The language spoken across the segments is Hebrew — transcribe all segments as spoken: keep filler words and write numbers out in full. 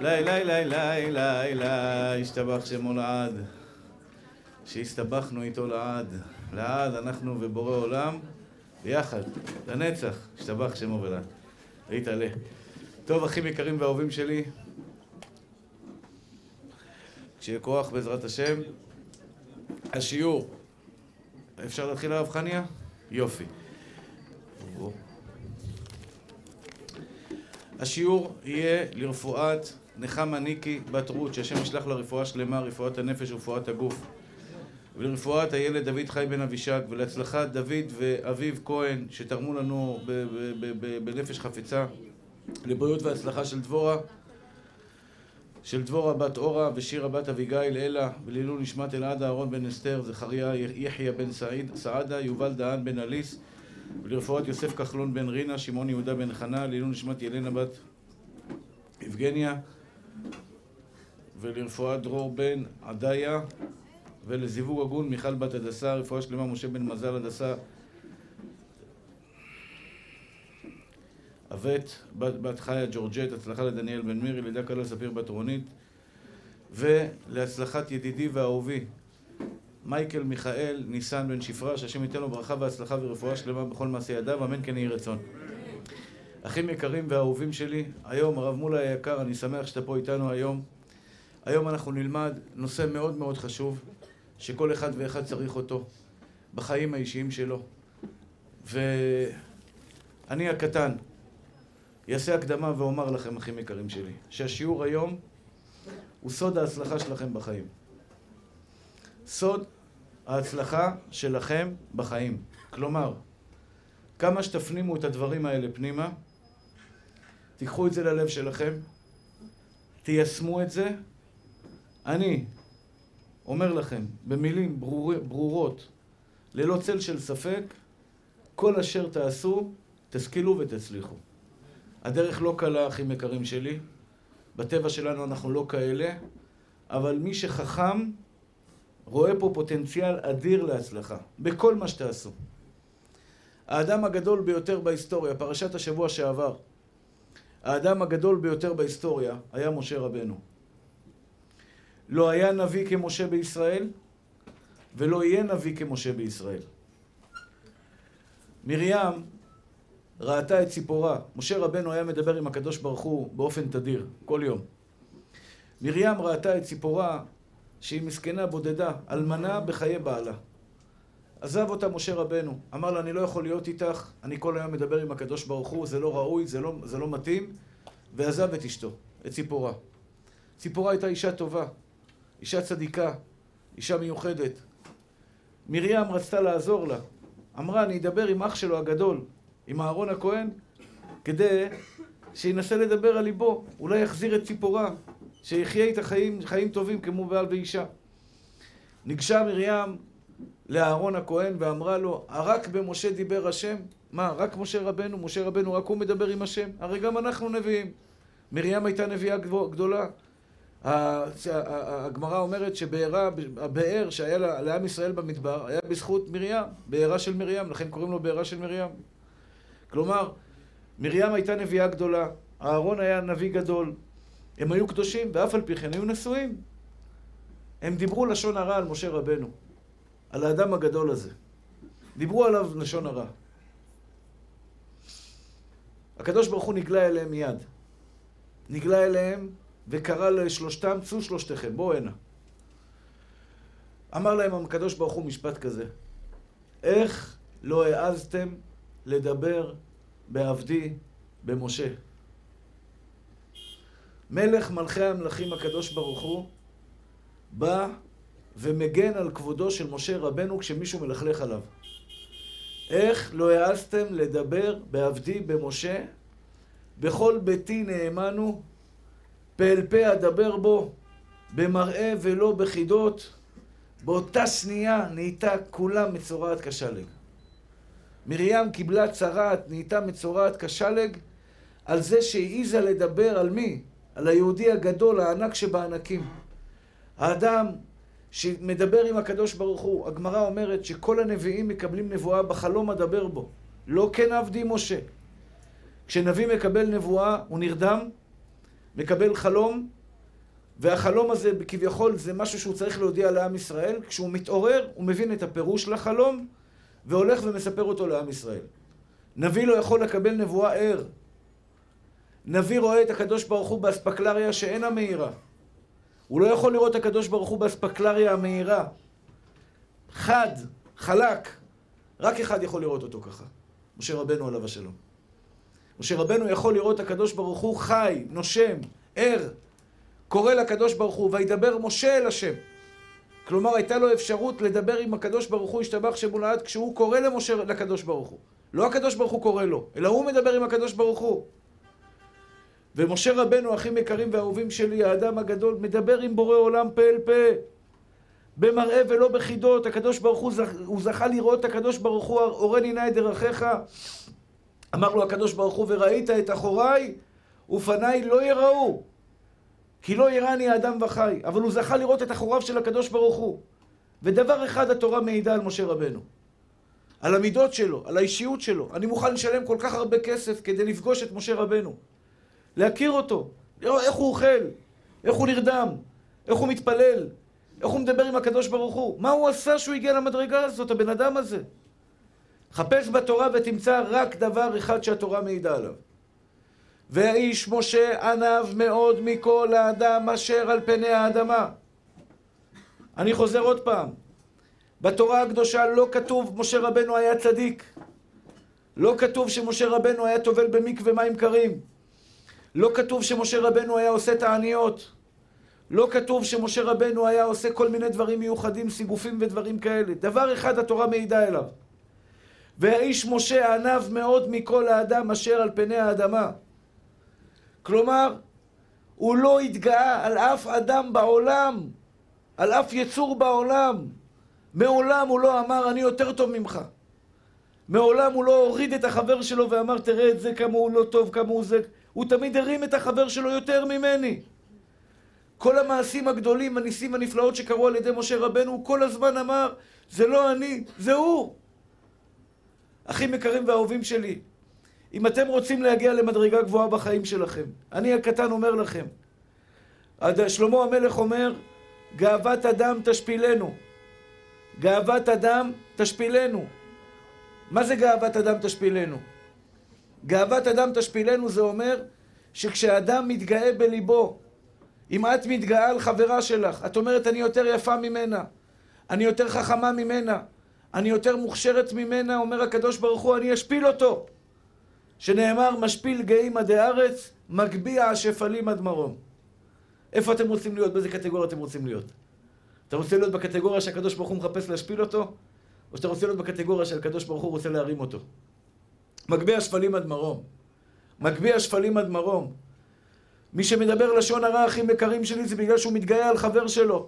לי, לי, לי, לי, לי, לי, השתבח שמו לעד. שהסתבחנו איתו לעד. לעד, אנחנו ובורא עולם, ביחד, לנצח, השתבח שמו ולעד. להתעלה. טוב, אחים יקרים ואהובים שלי, כשיהיה כוח בעזרת השם, השיעור, אפשר להתחיל הרב חניה? יופי. השיעור יהיה לרפואת נחמה ניקי בת רות, שהשם ישלח לה רפואה שלמה, רפואת הנפש ורפואת הגוף, ולרפואת הילד דוד חי בן אבישג, ולהצלחת דוד ואביב כהן שתרמו לנו בנפש חפצה, לבריאות והצלחה של דבורה, של דבורה בת אורה ושירה בת אביגיל אלה, ולעילוי נשמת אלעד אהרון בן אסתר, זכריה יחיה בן סעדה, יובל דהן בן אליס, ולרפואת יוסף כחלון בן רינה, שמעון יהודה בן חנה, לעילוי נשמת ילנה בת יבגניה, ולרפואת דרור בן עדיה, ולזיווג הגון מיכל בת הדסה, רפואה שלמה משה בן מזל הדסה, אבית בת, בת חיה ג'ורג'ט, הצלחה לדניאל בן מירי, לידה קלה ספיר בת רונית, ולהצלחת ידידי ואהובי מייקל מיכאל ניסן בן שפרה, שהשם ייתן לו ברכה והצלחה ורפואה שלמה בכל מעשה ידיו, אמן כן יהי רצון. אחים יקרים ואהובים שלי, היום הרב מולה היקר, אני שמח שאתה פה איתנו היום. היום אנחנו נלמד נושא מאוד מאוד חשוב, שכל אחד ואחד צריך אותו בחיים האישיים שלו. ואני הקטן יעשה הקדמה ואומר לכם, אחים יקרים שלי, שהשיעור היום הוא סוד ההצלחה שלכם בחיים. סוד ההצלחה שלכם בחיים. כלומר, כמה שתפנימו את הדברים האלה פנימה, תיקחו את זה ללב שלכם, תיישמו את זה, אני אומר לכם במילים ברור, ברורות, ללא צל של ספק, כל אשר תעשו, תשכילו ותצליחו. הדרך לא קלה, אחים יקרים שלי, בטבע שלנו אנחנו לא כאלה, אבל מי שחכם רואה פה פוטנציאל אדיר להצלחה, בכל מה שתעשו. האדם הגדול ביותר בהיסטוריה, פרשת השבוע שעבר, האדם הגדול ביותר בהיסטוריה היה משה רבנו. לא היה נביא כמשה בישראל, ולא יהיה נביא כמשה בישראל. מרים ראתה את ציפורה. משה רבנו היה מדבר עם הקדוש ברוך הוא באופן תדיר, כל יום. מרים ראתה את ציפורה שהיא מסכנה בודדה, אלמנה בחיי בעלה. עזב אותה משה רבנו, אמר לה, אני לא יכול להיות איתך, אני כל היום מדבר עם הקדוש ברוך הוא, זה לא ראוי, זה לא, זה לא מתאים, ועזב את אשתו, את ציפורה. ציפורה הייתה אישה טובה, אישה צדיקה, אישה מיוחדת. מרים רצתה לעזור לה, אמרה, אני אדבר עם אח שלו הגדול, עם אהרון הכהן, כדי שינסה לדבר על ליבו, אולי יחזיר את ציפורה, שיחיה איתה חיים, חיים טובים כמו בעל ואישה. ניגשה מרים לאהרון הכהן ואמרה לו, רק במשה דיבר השם? מה, רק משה רבנו? משה רבנו רק הוא מדבר עם השם? הרי גם אנחנו נביאים. מרים הייתה נביאה גדולה. הגמרא אומרת שבארה, הבאר שהיה לעם ישראל במדבר, היה בזכות מרים, בארה של מרים, לכן קוראים לו בארה של מרים. כלומר, מרים הייתה נביאה גדולה, אהרון היה נביא גדול, הם היו קדושים, ואף על פי כן היו נשואים. הם דיברו לשון הרע על משה רבנו, על האדם הגדול הזה. דיברו עליו לשון הרע. הקדוש ברוך הוא נגלה אליהם מיד. נגלה אליהם וקרא לשלושתם, צאו שלושתכם, בואו הנה. אמר להם הקדוש ברוך הוא משפט כזה, איך לא העזתם לדבר בעבדי במשה? מלך מלכי המלכים הקדוש ברוך הוא בא ומגן על כבודו של משה רבנו כשמישהו מלכלך עליו. איך לא העזתם לדבר בעבדי במשה? בכל ביתי נאמנו, פה אל פה אדבר בו, במראה ולא בחידות. באותה שנייה נהייתה כולה מצורעת כשלג. מרים קיבלה צרעת, נהייתה מצורעת כשלג, על זה שהעיזה לדבר על מי? על היהודי הגדול, הענק שבענקים. האדם שמדבר עם הקדוש ברוך הוא, הגמרא אומרת שכל הנביאים מקבלים נבואה בחלום אדבר בו. לא כן עבדי משה. כשנביא מקבל נבואה, הוא נרדם, מקבל חלום, והחלום הזה כביכול זה משהו שהוא צריך להודיע לעם ישראל. כשהוא מתעורר, הוא מבין את הפירוש לחלום, והולך ומספר אותו לעם ישראל. נביא לא יכול לקבל נבואה ער. נביא רואה את הקדוש ברוך הוא באספקלריה שאינה מהירה. הוא לא יכול לראות את הקדוש ברוך הוא באספקלריה המהירה. חד, חלק. רק אחד יכול לראות אותו ככה. משה רבנו עליו השלום. משה רבנו יכול לראות את הקדוש ברוך הוא חי, נושם, ער. קורא לקדוש ברוך הוא, וידבר משה אל השם. כלומר, הייתה לו אפשרות לדבר עם הקדוש ברוך הוא, השתבח שמו לעד, כשהוא קורא למשה, לקדוש ברוך הוא. לא הקדוש ברוך הוא קורא לו, אלא הוא מדבר עם הקדוש ברוך הוא. ומשה רבנו, אחים יקרים ואהובים שלי, האדם הגדול, מדבר עם בורא עולם פה אל פה. במראה ולא בחידות. הקדוש ברוך הוא, זכ... הוא זכה לראות את הקדוש ברוך הוא, אורני נא את דרכיך. אמר לו הקדוש ברוך הוא, וראית את אחוריי, ופניי לא יראו. כי לא יראני האדם וחי. אבל הוא זכה לראות את אחוריו של הקדוש ברוך הוא. ודבר אחד התורה מעידה על משה רבנו. על המידות שלו, על האישיות שלו. אני מוכן לשלם כל כך הרבה כסף כדי לפגוש את משה רבנו. להכיר אותו. לראות איך הוא אוכל, איך הוא נרדם, איך הוא מתפלל, איך הוא מדבר עם הקדוש ברוך הוא. מה הוא עשה שהוא הגיע למדרגה הזאת, הבן אדם הזה? חפש בתורה ותמצא רק דבר אחד שהתורה מעידה עליו. והאיש משה ענב מאוד מכל האדם אשר על פני האדמה. אני חוזר עוד פעם. בתורה הקדושה לא כתוב משה רבנו היה צדיק. לא כתוב שמשה רבנו היה טובל במקווה מים קרים. לא כתוב שמשה רבנו היה עושה תעניות. לא כתוב שמשה רבנו היה עושה כל מיני דברים מיוחדים, סיגופים ודברים כאלה. דבר אחד התורה מעידה אליו. והאיש משה ענב מאוד מכל האדם אשר על פני האדמה. כלומר, הוא לא התגאה על אף אדם בעולם, על אף יצור בעולם. מעולם הוא לא אמר, אני יותר טוב ממך. מעולם הוא לא הוריד את החבר שלו ואמר, תראה את זה כמה הוא לא טוב, כמה הוא זה. הוא תמיד הרים את החבר שלו יותר ממני. כל המעשים הגדולים, הניסים הנפלאות שקרו על ידי משה רבנו, הוא כל הזמן אמר, זה לא אני, זה הוא. אחים יקרים ואהובים שלי, אם אתם רוצים להגיע למדרגה גבוהה בחיים שלכם, אני הקטן אומר לכם, שלמה המלך אומר, גאוות אדם תשפילנו. גאוות אדם תשפילנו. מה זה גאוות אדם תשפילנו? גאוות אדם תשפילנו זה אומר שכשאדם מתגאה בליבו, אם את מתגאה על חברה שלך, את אומרת אני יותר יפה ממנה, אני יותר חכמה ממנה, אני יותר מוכשרת ממנה, אומר הקדוש ברוך הוא, אני אשפיל אותו. שנאמר, משפיל גאים עד הארץ, מגביע השפלים עד מרום. איפה אתם רוצים להיות? באיזה קטגוריה אתם רוצים להיות? אתה רוצה להיות בקטגוריה שהקדוש ברוך הוא מחפש להשפיל אותו? או שאתה רוצה להיות בקטגוריה שהקדוש ברוך הוא רוצה להרים אותו? מגביע השפלים עד מרום. מגביע השפלים עד מרום. מי שמדבר לשון הרע, אחים יקרים שלי, זה בגלל שהוא מתגאה על חבר שלו.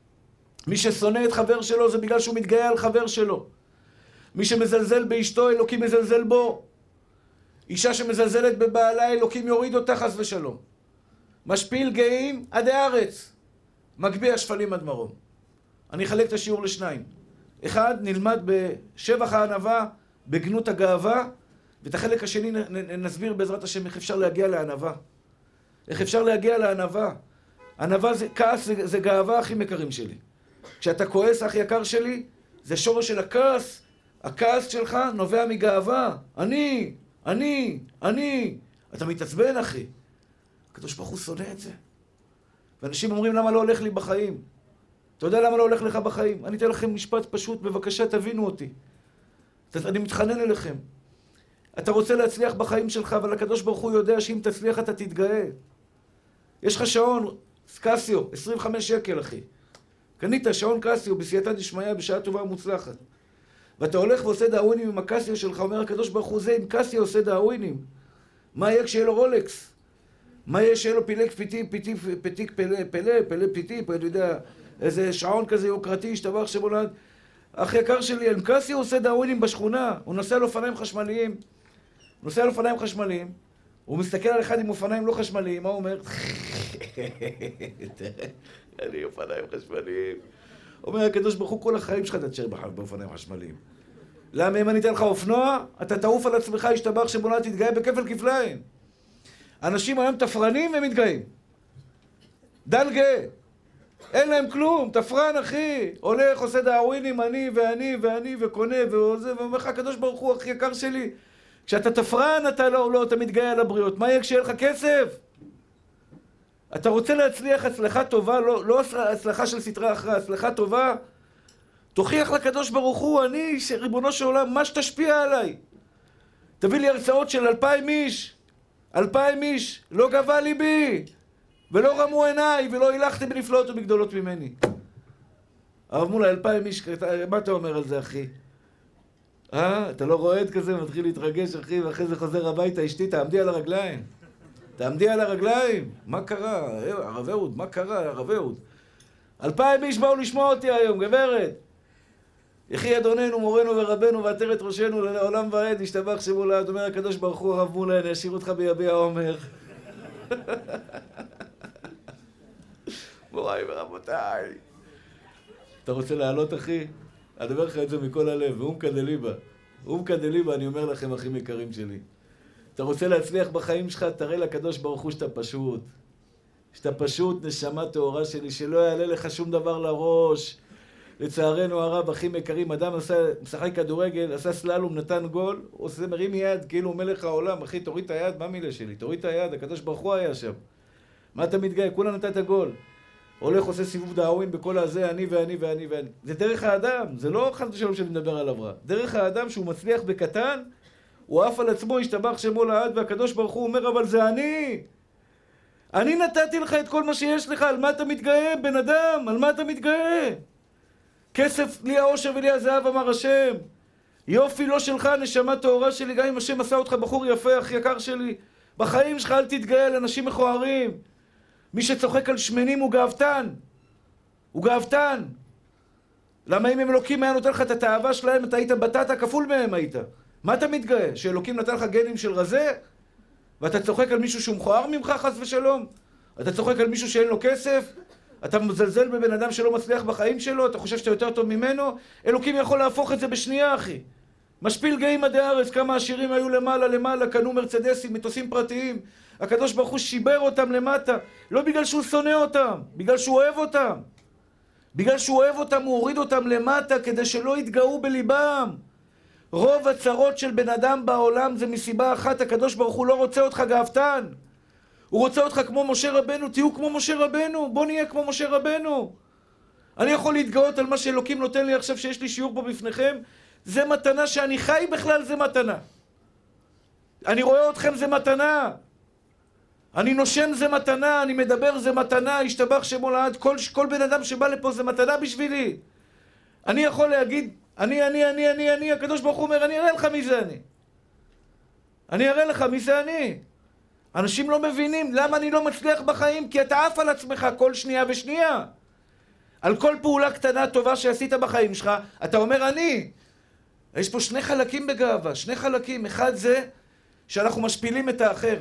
מי ששונא את חבר שלו זה בגלל שהוא מתגאה על חבר שלו. מי שמזלזל באשתו, אלוקים מזלזל בו. אישה שמזלזלת בבעלה, אלוקים יוריד אותה חס ושלום. משפיל גאים עד הארץ, מגביע שפלים עד מרום. אני אחלק את השיעור לשניים. אחד, נלמד בשבח הענווה, בגנות הגאווה, ואת החלק השני נסביר בעזרת השם איך אפשר להגיע לענווה. איך אפשר להגיע לענווה. ענווה זה כעס, זה, זה גאווה, אחים יקרים שלי. כשאתה כועס, אח יקר שלי, זה שורש של הכעס. הכעס שלך נובע מגאווה. אני, אני, אני. אתה מתעצבן, אחי. הקדוש ברוך הוא שונא את זה. ואנשים אומרים, למה לא הולך לי בחיים? אתה יודע למה לא הולך לך בחיים? אני אתן לכם משפט פשוט, בבקשה תבינו אותי. אני מתחנן אליכם. אתה רוצה להצליח בחיים שלך, אבל הקדוש ברוך הוא יודע שאם תצליח אתה תתגאה. יש לך שעון קסיו, עשרים וחמישה שקל, אחי. קנית שעון קסיו בסייעתא דשמיא בשעה טובה ומוצלחת. ואתה הולך ועושה דאווינים עם הקסיו שלך, אומר הקדוש ברוך הוא, זה עם קסיו עושה דאווינים. מה יהיה כשיהיה לו רולקס? מה יהיה שיהיה לו פילק פיתי, פיתי, פיתיק פלא, פלא, פלא פיתי, אתה יודע, איזה שעון כזה יוקרתי, השתבח שבולד. אח יקר שלי, עם קסיו עושה דאווינים בשכונה, הוא נוסע על אופניים חשמליים. הוא נוסע על אופניים חשמליים, הוא מסתכל על אחד עם אופניים לא חשמליים, מה הוא אומר? אני אופניים חשמליים. אומר הקדוש ברוך הוא, כל החיים שלך תתשר באופניים חשמליים. למה אם אני אתן לך אופנוע, אתה תעוף על עצמך, השתבח שבולד, תתגאה בכפל כפליים. אנשים היום תפרנים ומתגאים. דלגה. אין להם כלום, תפרן אחי. הולך, עושה דאווינים, אני ואני ואני וקונה ועוזה, ואומר לך, הקדוש ברוך הוא הכי יקר שלי. כשאתה תפרן אתה לא, לא, אתה מתגאה על הבריות. מה יהיה כשיהיה לך כסף? אתה רוצה להצליח הצלחה טובה, לא, לא הצלחה של סתרה אחרא, הצלחה טובה, תוכיח לקדוש ברוך הוא, אני, ריבונו של עולם, מה שתשפיע עליי. תביא לי הרצאות של אלפיים איש, אלפיים איש, לא גבה ליבי, ולא רמו עיניי, ולא הילכתם בנפלאות ובגדולות ממני. הרב מולה, אלפיים איש, מה אתה אומר על זה, אחי? אה? אתה לא רועד כזה, מתחיל להתרגש, אחי, ואחרי זה חוזר הביתה, אשתי, תעמדי על הרגליים. תעמדי על הרגליים. מה קרה? הרב אהוד, מה קרה, הרב אהוד? אלפיים איש באו לשמוע אותי היום, גברת. יחי אדוננו, מורנו ורבנו, ועטרת ראשנו לעולם ועד, ישתבח שמו לעד, אומר הקדוש ברוך הוא, הרב מולה, אני אשאיר אותך ביביע עומר. מוריי ורבותיי. אתה רוצה לעלות, אחי? אני אומר לך את זה מכל הלב, ואומקא דליבה. אומקא דליבה, אני אומר לכם, אחים יקרים שלי. אתה רוצה להצליח בחיים שלך, תראה לקדוש ברוך הוא שאתה פשוט. שאתה פשוט נשמה טהורה שלי, שלא יעלה לך שום דבר לראש. לצערנו הרב, אחים יקרים, אדם עשה, משחק כדורגל, עשה סללום, נתן גול, עושה מרים יד, כאילו הוא מלך העולם. אחי, תוריד את היד, מה מילה שלי? תוריד את היד, הקדוש ברוך הוא היה שם. מה אתה מתגאה? כולה נתת גול. הולך, עושה סיבוב דאווין בכל הזה, אני ואני ואני ואני. זה דרך האדם, זה לא חס ושלום שאני מדבר עליו רע. דרך האדם שהוא מצליח בקטן, הוא עף על עצמו, השתבח שמו לעד, והקדוש ברוך הוא אומר, אבל זה אני. אני נתתי לך את כל מה שיש לך, על מה אתה מתגאה, בן אדם? על מה אתה מתגאה? כסף לי העושר ולי הזהב, אמר השם. יופי לא שלך, נשמה טהורה שלי, גם אם השם עשה אותך בחור יפה, אח יקר שלי. בחיים שלך אל תתגאה על אנשים מכוערים. מי שצוחק על שמנים הוא גאוותן. הוא גאוותן. למה אם הם אלוקים היה נותן לך את התאווה שלהם, אתה היית בטטה כפול מהם היית. מה אתה מתגאה? שאלוקים נתן לך גנים של רזה? ואתה צוחק על מישהו שהוא מכוער ממך, חס ושלום? אתה צוחק על מישהו שאין לו כסף? אתה מזלזל בבן אדם שלא מצליח בחיים שלו? אתה חושב שאתה יותר טוב ממנו? אלוקים יכול להפוך את זה בשנייה, אחי. משפיל גאים עדי הארץ, כמה עשירים היו למעלה למעלה, קנו מרצדסים, מטוסים פרטיים. הקדוש ברוך הוא שיבר אותם למטה, לא בגלל שהוא שונא אותם, בגלל שהוא אוהב אותם. בגלל שהוא אוהב אותם, הוא הוריד אותם למטה כדי שלא יתגאו בליבם. רוב הצרות של בן אדם בעולם זה מסיבה אחת, הקדוש ברוך הוא לא רוצה אותך גאוותן. הוא רוצה אותך כמו משה רבנו, תהיו כמו משה רבנו, בוא נהיה כמו משה רבנו. אני יכול להתגאות על מה שאלוקים נותן לי עכשיו שיש לי שיעור פה בפניכם, זה מתנה שאני חי בכלל, זה מתנה. אני רואה אתכם, זה מתנה. אני נושם, זה מתנה, אני מדבר, זה מתנה, השתבח שמו לעד, כל, כל בן אדם שבא לפה זה מתנה בשבילי. אני יכול להגיד, אני, אני, אני, אני, אני, הקדוש ברוך הוא אומר, אני אראה לך מי זה אני. אני אראה לך מי זה אני. אנשים לא מבינים למה אני לא מצליח בחיים, כי אתה עף על עצמך כל שנייה ושנייה. על כל פעולה קטנה טובה שעשית בחיים שלך, אתה אומר אני. יש פה שני חלקים בגאווה, שני חלקים. אחד זה שאנחנו משפילים את האחר.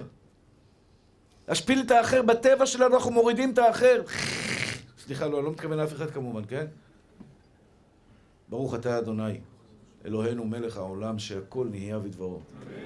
להשפיל את האחר בטבע שלנו, אנחנו מורידים את האחר. סליחה, לא, אני לא מתכוון לאף אחד כמובן, כן? ברוך אתה אדוני, אלוהינו מלך העולם, שהכל נהיה בדברו.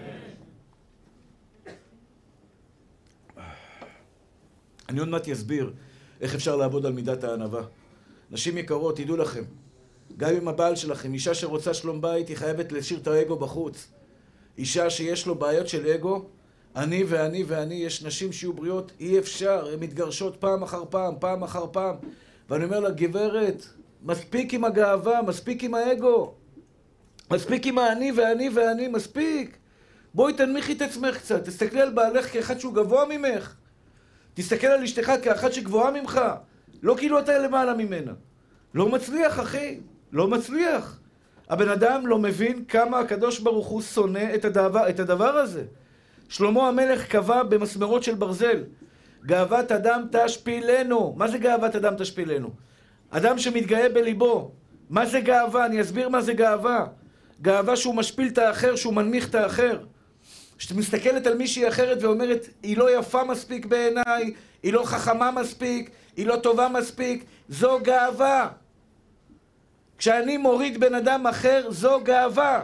אני עוד מעט יסביר איך אפשר לעבוד על מידת הענווה. נשים יקרות, תדעו לכם, גם עם הבעל שלכם, אישה שרוצה שלום בית, היא חייבת להשאיר את האגו בחוץ. אישה שיש לו בעיות של אגו, אני ואני ואני, יש נשים שיהיו בריאות, אי אפשר, הן מתגרשות פעם אחר פעם, פעם אחר פעם. ואני אומר לה, גברת, מספיק עם הגאווה, מספיק עם האגו. מספיק עם האני ואני ואני, מספיק. בואי תנמיכי את עצמך קצת, תסתכלי על בעלך כאחד שהוא גבוה ממך. תסתכל על אשתך כאחד שגבוהה ממך. לא כאילו אתה למעלה ממנה. לא מצליח, אחי. לא מצליח. הבן אדם לא מבין כמה הקדוש ברוך הוא שונא את הדבר, את הדבר הזה. שלמה המלך קבע במסמרות של ברזל, גאוות אדם תשפילנו. מה זה גאוות אדם תשפילנו? אדם שמתגאה בליבו. מה זה גאווה? אני אסביר מה זה גאווה. גאווה שהוא משפיל את האחר, שהוא מנמיך את האחר. כשאת מסתכלת על מישהי אחרת ואומרת, היא לא יפה מספיק בעיניי, היא לא חכמה מספיק, היא לא טובה מספיק, זו גאווה. כשאני מוריד בן אדם אחר, זו גאווה.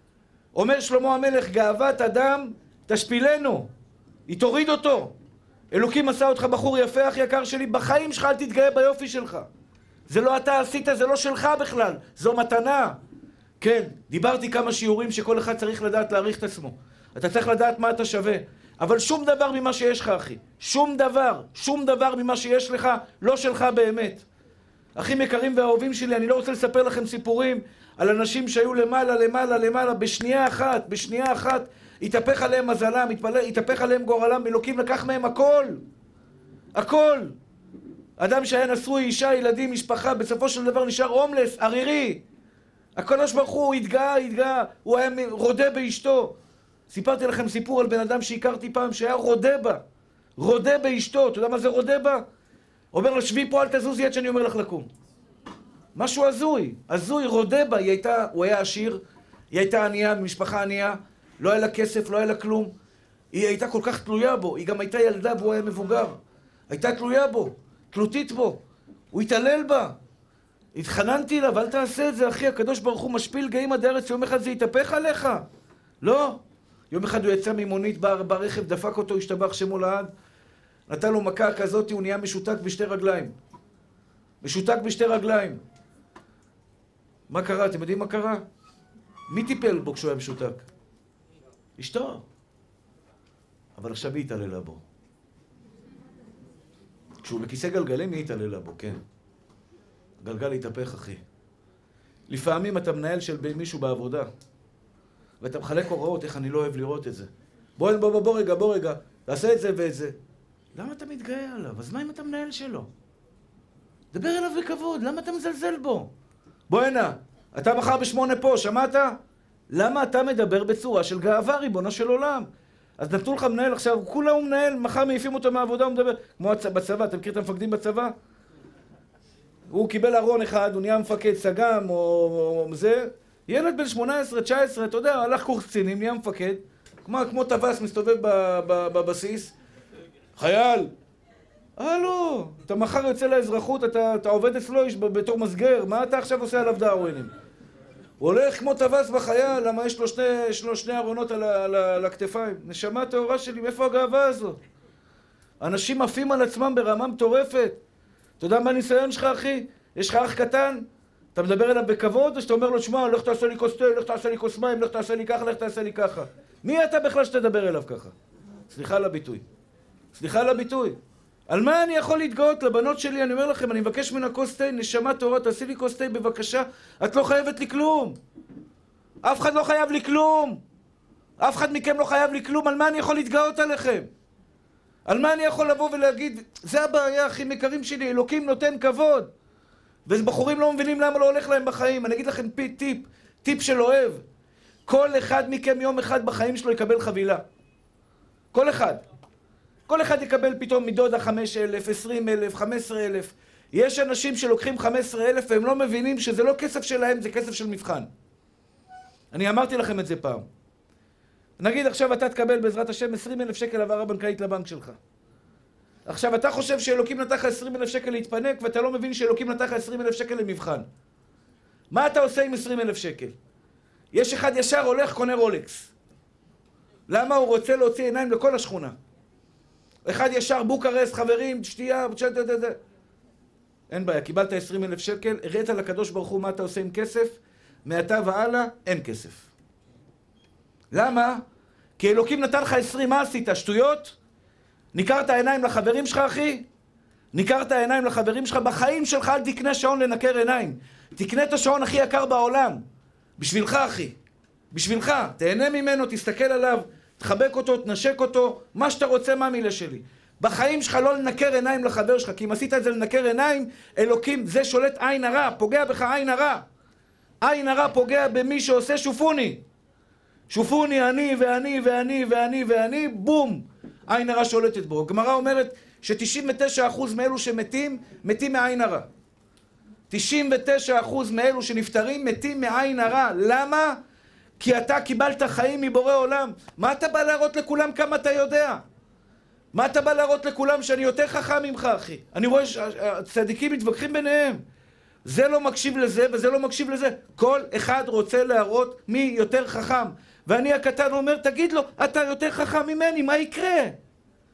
אומר שלמה המלך, גאוות אדם תשפילנו. היא תוריד אותו. אלוקים עשה אותך בחור יפה, אח יקר שלי, בחיים שלך אל תתגאה ביופי שלך. זה לא אתה עשית, זה לא שלך בכלל, זו מתנה. כן, דיברתי כמה שיעורים שכל אחד צריך לדעת להעריך את עצמו. אתה צריך לדעת מה אתה שווה. אבל שום דבר ממה שיש לך, אחי. שום דבר, שום דבר ממה שיש לך, לא שלך באמת. אחים יקרים ואהובים שלי, אני לא רוצה לספר לכם סיפורים על אנשים שהיו למעלה, למעלה, למעלה, בשנייה אחת, בשנייה אחת, התהפך עליהם מזלם, התהפך עליהם גורלם, אלוקים לקח מהם הכל. הכל. אדם שהיה נשוי, אישה, ילדים, משפחה, בסופו של דבר נשאר הומלס, ערירי. הקדוש ברוך הוא התגאה, התגאה, הוא היה רודה באשתו. סיפרתי לכם סיפור על בן אדם שהכרתי פעם שהיה רודה בה. רודה באשתו, אתה יודע מה זה רודה בה? אומר לו, שבי פה, אל תזוזי עד שאני אומר לך לקום. משהו הזוי, הזוי, רודה בה. היא הייתה, הוא היה עשיר, היא הייתה ענייה, במשפחה ענייה, לא היה לה כסף, לא היה לה כלום. היא הייתה כל כך תלויה בו, היא גם הייתה ילדה והוא היה מבוגר. הייתה תלויה בו, תלותית בו. הוא התעלל בה. התחננתי אליו, אל תעשה את זה, אחי, הקדוש ברוך הוא משפיל גאים עד הארץ, יום אחד זה יתהפך עליך. לא. יום אחד הוא יצא ממונית ברכב, דפק אותו, השתבח שמו לעד, נתן לו מכה כזאת, הוא נהיה משותק בשתי רגליים. משותק בשתי רגליים. מה קרה? אתם יודעים מה קרה? מי טיפל בו כשהוא היה משותק? אשתו. אבל עכשיו היא התעללה בו. כשהוא בכיסא גלגלים היא התעללה בו, כן. גלגל התהפך, אחי. לפעמים אתה מנהל של מישהו בעבודה, ואתה מחלק הוראות, איך אני לא אוהב לראות את זה. בוא, בוא, בוא, בוא רגע, בוא רגע, תעשה את זה ואת זה. למה אתה מתגאה עליו? אז מה אם אתה מנהל שלו? דבר אליו בכבוד, למה אתה מזלזל בו? בוא הנה, אתה מחר בשמונה פה, שמעת? למה אתה מדבר בצורה של גאווה, ריבונו של עולם? אז נתנו לך מנהל עכשיו, כולה הוא מנהל, מחר מעיפים אותו מהעבודה, הוא מדבר. כמו בצבא, אתה מכיר את המפקדים בצבא? הוא קיבל ארון אחד, הוא נהיה מפקד סג"ם או, או זה. ילד בן שמונה עשרה תשע עשרה, אתה יודע, הלך קורס קצינים, נהיה מפקד. כמו, כמו טווס מסתובב בבסיס. חייל. אה לא, אתה מחר יוצא לאזרחות, אתה, אתה עובד אצלו בתור מסגר, מה אתה עכשיו עושה עליו דאווינים? הוא הולך כמו טווס בחייל, למה יש לו שני, יש לו שני ארונות על, על, על הכתפיים. נשמה טהורה שלי, מאיפה הגאווה הזאת? אנשים עפים על עצמם ברמה מטורפת. אתה יודע מה הניסיון שלך, אחי? יש לך אח קטן? אתה מדבר אליו בכבוד, או שאתה אומר לו, שמע, לך תעשה לי כוס תה, לך תעשה לי כוס מים, לך תעשה לי ככה, לך תעשה לי ככה. מי אתה בכלל שתדבר אליו ככה? סליחה על הביטוי. סליחה על הביטוי. על מה אני יכול להתגאות לבנות שלי? אני אומר לכם, אני מבקש מן הכוס תה, נשמה טהורה, תעשי לי כוס תה בבקשה. את לא חייבת לי כלום. אף אחד לא חייב לי כלום. אף אחד מכם לא חייב לי כלום. על מה אני יכול להתגאות עליכם? על מה אני יכול לבוא ולהגיד, זה הבעיה, אחים יקרים שלי, אלוקים נותן כבוד. ובחורים לא מבינים למה לא הולך להם בחיים. אני אגיד לכם פי טיפ, טיפ של אוהב. כל אחד מכם יום אחד בחיים שלו יקבל חבילה. כל אחד. כל אחד יקבל פתאום מדודה חמש אלף, עשרים אלף, חמש עשרה אלף. יש אנשים שלוקחים חמש עשרה אלף והם לא מבינים שזה לא כסף שלהם, זה כסף של מבחן. אני אמרתי לכם את זה פעם. נגיד עכשיו אתה תקבל בעזרת השם עשרים אלף שקל העברה בנקאית לבנק שלך. עכשיו אתה חושב שאלוקים נתן לך עשרים אלף שקל להתפנק ואתה לא מבין שאלוקים נתן לך עשרים אלף שקל למבחן. מה אתה עושה עם עשרים אלף שקל? יש אחד ישר הולך קונה רולקס. למה? הוא רוצה להוציא עיניים לכל השכונה. אחד ישר בוקרסט, חברים, שתייה, אין בעיה, קיבלת עשרים אלף שקל, הראית לקדוש ברוך הוא מה אתה עושה עם כסף, מעתה והלאה אין כסף. למה? כי אלוקים נתן לך עשרים, מה עשית? שטויות? ניקרת העיניים לחברים שלך, אחי? ניקרת העיניים לחברים שלך? בחיים שלך אל תקנה שעון לנקר עיניים. תקנה את השעון הכי יקר בעולם. בשבילך, אחי. בשבילך. תהנה ממנו, תסתכל עליו, תחבק אותו, תנשק אותו, מה שאתה רוצה, מה מילה שלי. בחיים שלך לא לנקר עיניים לחבר שלך, כי אם עשית את זה לנקר עיניים, אלוקים, זה שולט עין הרע, פוגע בך עין הרע. עין הרע פוגע במי שעושה שופוני. שופוני, אני ואני ואני ואני ואני, בום, עין הרע שולטת בו. הגמרא אומרת ש-תשעים ותשעה אחוז מאלו שמתים, מתים מעין הרע. תשעים ותשעה אחוז מאלו שנפטרים, מתים מעין הרע. למה? כי אתה קיבלת חיים מבורא עולם. מה אתה בא להראות לכולם כמה אתה יודע? מה אתה בא להראות לכולם שאני יותר חכם ממך, אחי? אני רואה שהצדיקים מתווכחים ביניהם. זה לא מקשיב לזה וזה לא מקשיב לזה. כל אחד רוצה להראות מי יותר חכם. ואני הקטן אומר, תגיד לו, אתה יותר חכם ממני, מה יקרה?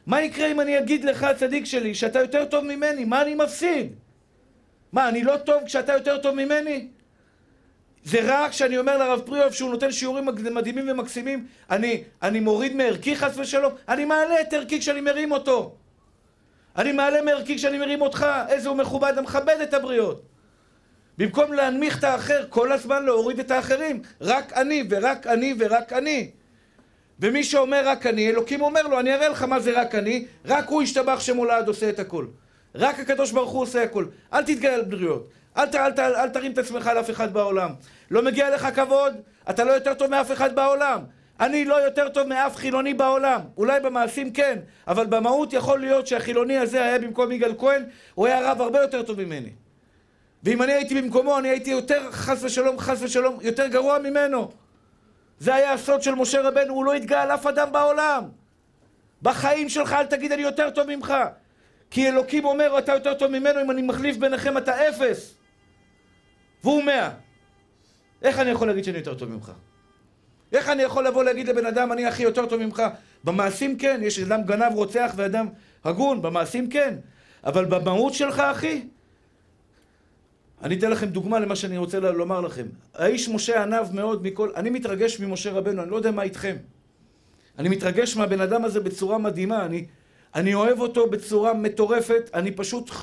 מה יקרה אם אני אגיד לך, הצדיק שלי, שאתה יותר טוב ממני? מה אני מפסיד? מה, אני לא טוב כשאתה יותר טוב ממני? זה רק שאני אומר לרב פריאוף שהוא נותן שיעורים מדהימים ומקסימים, אני, אני מוריד מערכי חס ושלום, אני מעלה את ערכי כשאני מרים אותו. אני מעלה מערכי כשאני מרים אותך, איזה הוא מכובד, המכבד את הבריות. במקום להנמיך את האחר, כל הזמן להוריד את האחרים. רק אני ורק אני ורק אני. ומי שאומר רק אני, אלוקים אומר לו, אני אראה לך מה זה רק אני, רק הוא ישתבח שמולד עושה את הכל. רק הקדוש ברוך הוא עושה הכל. אל תתגאה על בריות. אל, ת, אל, ת, אל תרים את עצמך לאף אחד בעולם. לא מגיע לך כבוד, אתה לא יותר טוב מאף אחד בעולם. אני לא יותר טוב מאף חילוני בעולם. אולי במעשים כן, אבל במהות יכול להיות שהחילוני הזה היה במקום יגאל כהן, הוא היה רב הרבה יותר טוב ממני. ואם אני הייתי במקומו, אני הייתי יותר חס ושלום, חס ושלום, יותר גרוע ממנו. זה היה הסוד של משה רבנו, הוא לא התגאה על אף אדם בעולם. בחיים שלך אל תגיד אני יותר טוב ממך. כי אלוקים אומר, אתה יותר טוב ממנו, אם אני מחליף ביניכם אתה אפס. והוא מאה. איך אני יכול להגיד שאני יותר טוב ממך? איך אני יכול לבוא להגיד לבן אדם, אני הכי יותר טוב ממך? במעשים כן, יש אדם גנב רוצח ואדם הגון, במעשים כן. אבל במהות שלך, אחי, אני אתן לכם דוגמה למה שאני רוצה לומר לכם. האיש משה ענב מאוד מכל... אני מתרגש ממשה רבנו, אני לא יודע מה איתכם. אני מתרגש מהבן אדם הזה בצורה מדהימה, אני, אני אוהב אותו בצורה מטורפת, אני פשוט...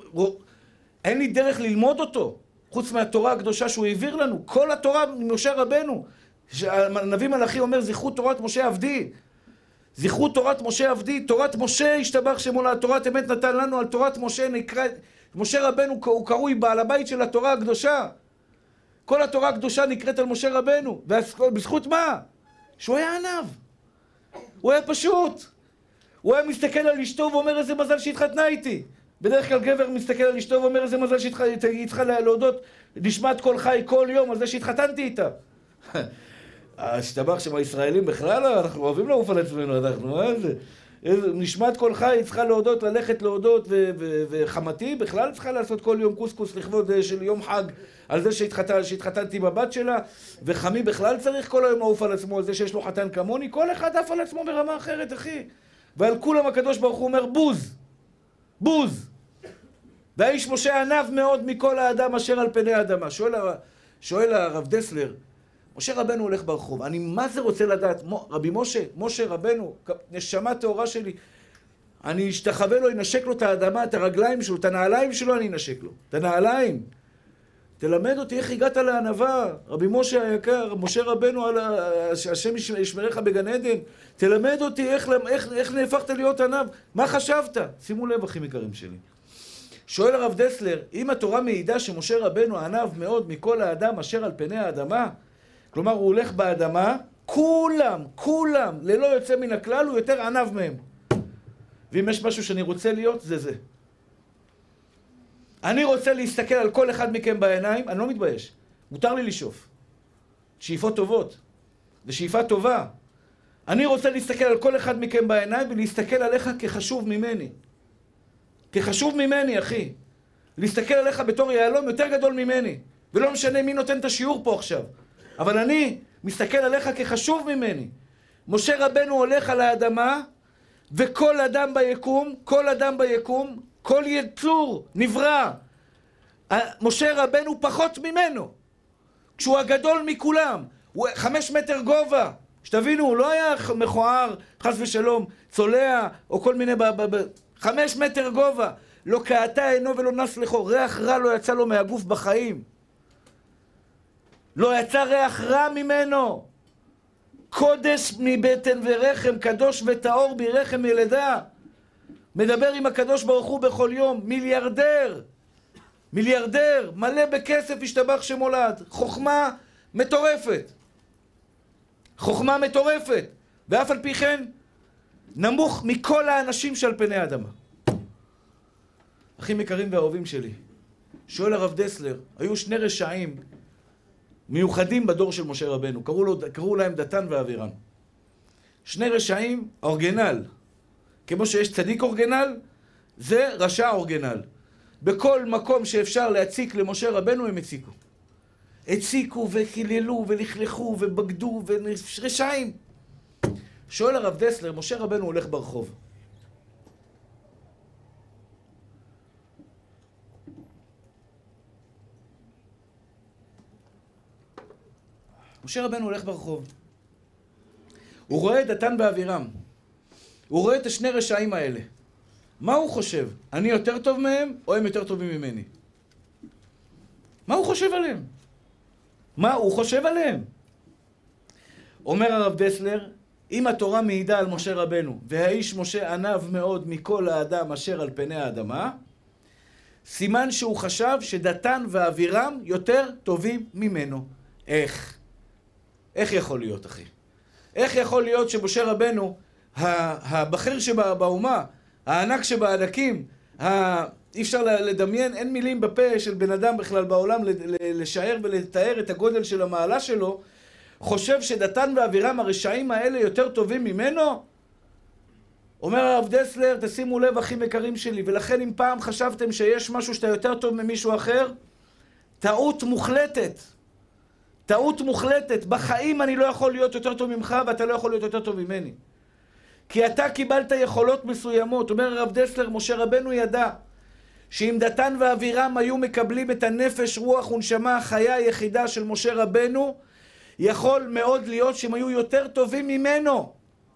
אין לי דרך ללמוד אותו, חוץ מהתורה הקדושה שהוא העביר לנו. כל התורה ממשה רבנו. הנביא מלאכי אומר, זכרו תורת משה עבדי. זכרו תורת משה עבדי, תורת משה השתבח שמולד, תורת אמת נתן לנו, על תורת משה נקרא... משה רבנו הוא קרוי בעל הבית של התורה הקדושה. כל התורה הקדושה נקראת על משה רבנו. ובזכות מה? שהוא היה ענב. הוא היה פשוט. הוא היה מסתכל על אשתו ואומר איזה מזל שהתחתנה איתי. בדרך כלל גבר מסתכל על אשתו ואומר איזה מזל שהיא צריכה להודות נשמת כל חי כל יום על זה שהתחתנתי איתה. השתבח שם הישראלים בכלל, אנחנו אוהבים לעוף על עצמנו, אנחנו, מה זה? נשמת כל חי, היא צריכה להודות, ללכת להודות, וחמתי בכלל צריכה לעשות כל יום קוסקוס לכבוד של יום חג על זה שהתחתנתי בבת שלה, וחמי בכלל צריך כל היום לעוף על עצמו על זה שיש לו חתן כמוני, כל אחד עף על עצמו ברמה אחרת, אחי. ועל כולם הקדוש ברוך הוא אומר בוז, בוז. והאיש משה ענב מאוד מכל האדם אשר על פני האדמה. שואל, שואל הרב דסלר, משה רבנו הולך ברחוב, אני מה זה רוצה לדעת? רבי משה, משה רבנו, נשמה תאורה שלי, אני אשתחווה לו, אנשק לו את האדמה, את הרגליים שלו, את הנעליים שלו אני אנשק לו, את הנעליים. תלמד אותי איך הגעת לענווה, רבי משה היקר, משה רבנו, על השם ישמרך בגן עדן, תלמד אותי איך, איך, איך נהפכת להיות ענב, מה חשבת? שימו לב אחים יקרים שלי. שואל הרב דסלר, אם התורה מעידה שמשה רבנו ענב מאוד מכל האדם אשר על פני האדמה, כלומר, הוא הולך באדמה, כולם, כולם, ללא יוצא מן הכלל, הוא יותר ענב מהם. ואם יש משהו שאני רוצה להיות, זה זה. אני רוצה להסתכל על כל אחד מכם בעיניים, אני לא מתבייש. מותר לי לשאוף. שאיפות טובות. זה שאיפה טובה. אני רוצה להסתכל על כל אחד מכם בעיניים ולהסתכל עליך כחשוב ממני. כחשוב ממני, אחי. להסתכל עליך בתור יעלום יותר גדול ממני. ולא משנה מי נותן את השיעור פה עכשיו. אבל אני מסתכל עליך כחשוב ממני. משה רבנו הולך על האדמה, וכל אדם ביקום, כל אדם ביקום, כל יצור נברא. משה רבנו פחות ממנו. כשהוא הגדול מכולם. הוא חמש מטר גובה. שתבינו, הוא לא היה מכוער, חס ושלום, צולע, או כל מיני... ב- ב- ב- חמש מטר גובה. לא קעתה עינו ולא נס לחו. ריח רע לא יצא לו מהגוף בחיים. לא יצא ריח רע ממנו. קודש מבטן ורחם, קדוש וטהור ברחם ילדה. מדבר עם הקדוש ברוך הוא בכל יום. מיליארדר. מיליארדר. מלא בכסף השתבח שמולד. חוכמה מטורפת. חוכמה מטורפת. ואף על פי כן, נמוך מכל האנשים שעל פני האדמה. אחים יקרים ואהובים שלי. שואל הרב דסלר, היו שני רשעים מיוחדים בדור של משה רבנו, קראו, לו, קראו להם דתן ואבירם. שני רשעים, אורגנל. כמו שיש צדיק אורגנל, זה רשע אורגנל. בכל מקום שאפשר להציק למשה רבנו הם הציקו. הציקו וחיללו ולכלכו ובגדו ורשעים. שואל הרב דסלר, משה רבנו הולך ברחוב. משה רבנו הולך ברחוב. הוא רואה את דתן ואבירם. הוא רואה את השני רשעים האלה. מה הוא חושב? אני יותר טוב מהם, או הם יותר טובים ממני? מה הוא חושב עליהם? מה הוא חושב עליהם? אומר הרב דסלר, אם התורה מעידה על משה רבנו, והאיש משה ענב מאוד מכל האדם אשר על פני האדמה, סימן שהוא חשב שדתן ואבירם יותר טובים ממנו. איך? איך יכול להיות, אחי? איך יכול להיות שמשה רבנו, הבכיר שבאומה, הענק שבענקים, אי אפשר לדמיין, אין מילים בפה של בן אדם בכלל בעולם לשער ולתאר את הגודל של המעלה שלו, חושב שדתן ואבירם הרשעים האלה יותר טובים ממנו? אומר הרב דסלר, תשימו לב אחים יקרים שלי, ולכן אם פעם חשבתם שיש משהו שאתה יותר טוב ממישהו אחר, טעות מוחלטת. טעות מוחלטת. בחיים אני לא יכול להיות יותר טוב ממך ואתה לא יכול להיות יותר טוב ממני. כי אתה קיבלת יכולות מסוימות. אומר הרב דסלר, משה רבנו ידע שאם דתן ואבירם היו מקבלים את הנפש, רוח ונשמה, החיה היחידה של משה רבנו, יכול מאוד להיות שהם היו יותר טובים ממנו.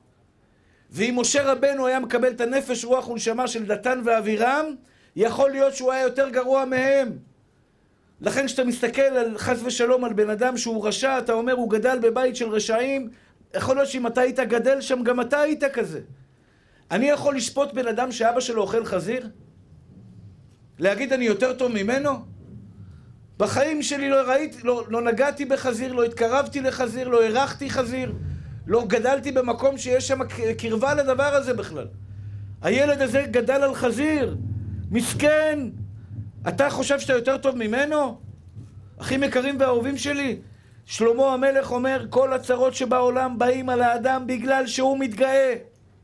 ואם משה רבנו היה מקבל את הנפש, רוח ונשמה של דתן ואבירם, יכול להיות שהוא היה יותר גרוע מהם. לכן כשאתה מסתכל על חס ושלום על בן אדם שהוא רשע, אתה אומר הוא גדל בבית של רשעים, יכול להיות שאם אתה היית גדל שם, גם אתה היית כזה. אני יכול לשפוט בן אדם שאבא שלו אוכל חזיר? להגיד אני יותר טוב ממנו? בחיים שלי לא ראיתי, לא, לא נגעתי בחזיר, לא התקרבתי לחזיר, לא הרחתי חזיר, לא גדלתי במקום שיש שם קרבה לדבר הזה בכלל. הילד הזה גדל על חזיר, מסכן. אתה חושב שאתה יותר טוב ממנו? אחים יקרים ואהובים שלי, שלמה המלך אומר, כל הצרות שבעולם באים על האדם בגלל שהוא מתגאה.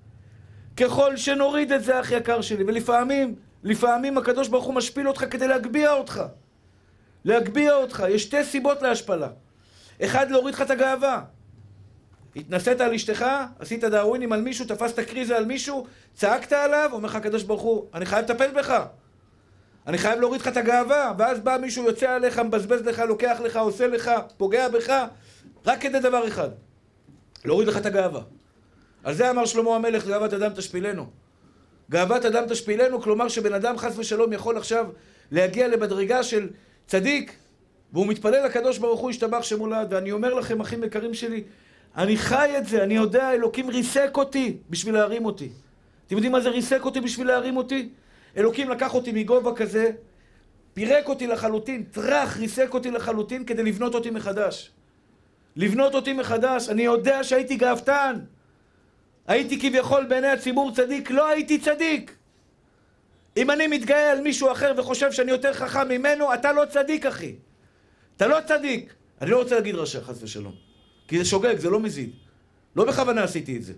ככל שנוריד את זה, אח יקר שלי, ולפעמים, לפעמים הקדוש ברוך הוא משפיל אותך כדי להגביע אותך. להגביע אותך. יש שתי סיבות להשפלה. אחד, להוריד לך את הגאווה. התנסית על אשתך, עשית דאווינים על מישהו, תפסת קריזה על מישהו, צעקת עליו, אומר לך הקדוש ברוך הוא, אני חייב לטפל בך. אני חייב להוריד לך את הגאווה, ואז בא מישהו, יוצא עליך, מבזבז לך, לוקח לך, עושה לך, פוגע בך, רק כדי דבר אחד, להוריד לך את הגאווה. על זה אמר שלמה המלך, גאוות אדם תשפילנו. גאוות אדם תשפילנו, כלומר שבן אדם חס ושלום יכול עכשיו להגיע למדרגה של צדיק, והוא מתפלל לקדוש ברוך הוא, ישתבח שמו לעד. ואני אומר לכם, אחים יקרים שלי, אני חי את זה, אני יודע, אלוקים ריסק אותי בשביל להרים אותי. אתם יודעים מה זה ריסק אותי בשביל להרים אותי? אלוקים לקח אותי מגובה כזה, פירק אותי לחלוטין, טרח, ריסק אותי לחלוטין כדי לבנות אותי מחדש. לבנות אותי מחדש. אני יודע שהייתי גאוותן. הייתי כביכול בעיני הציבור צדיק, לא הייתי צדיק. אם אני מתגאה על מישהו אחר וחושב שאני יותר חכם ממנו, אתה לא צדיק, אחי. אתה לא צדיק. אני לא רוצה להגיד רשע, חס ושלום. כי זה שוגג, זה לא מזיד. לא בכוונה עשיתי את זה.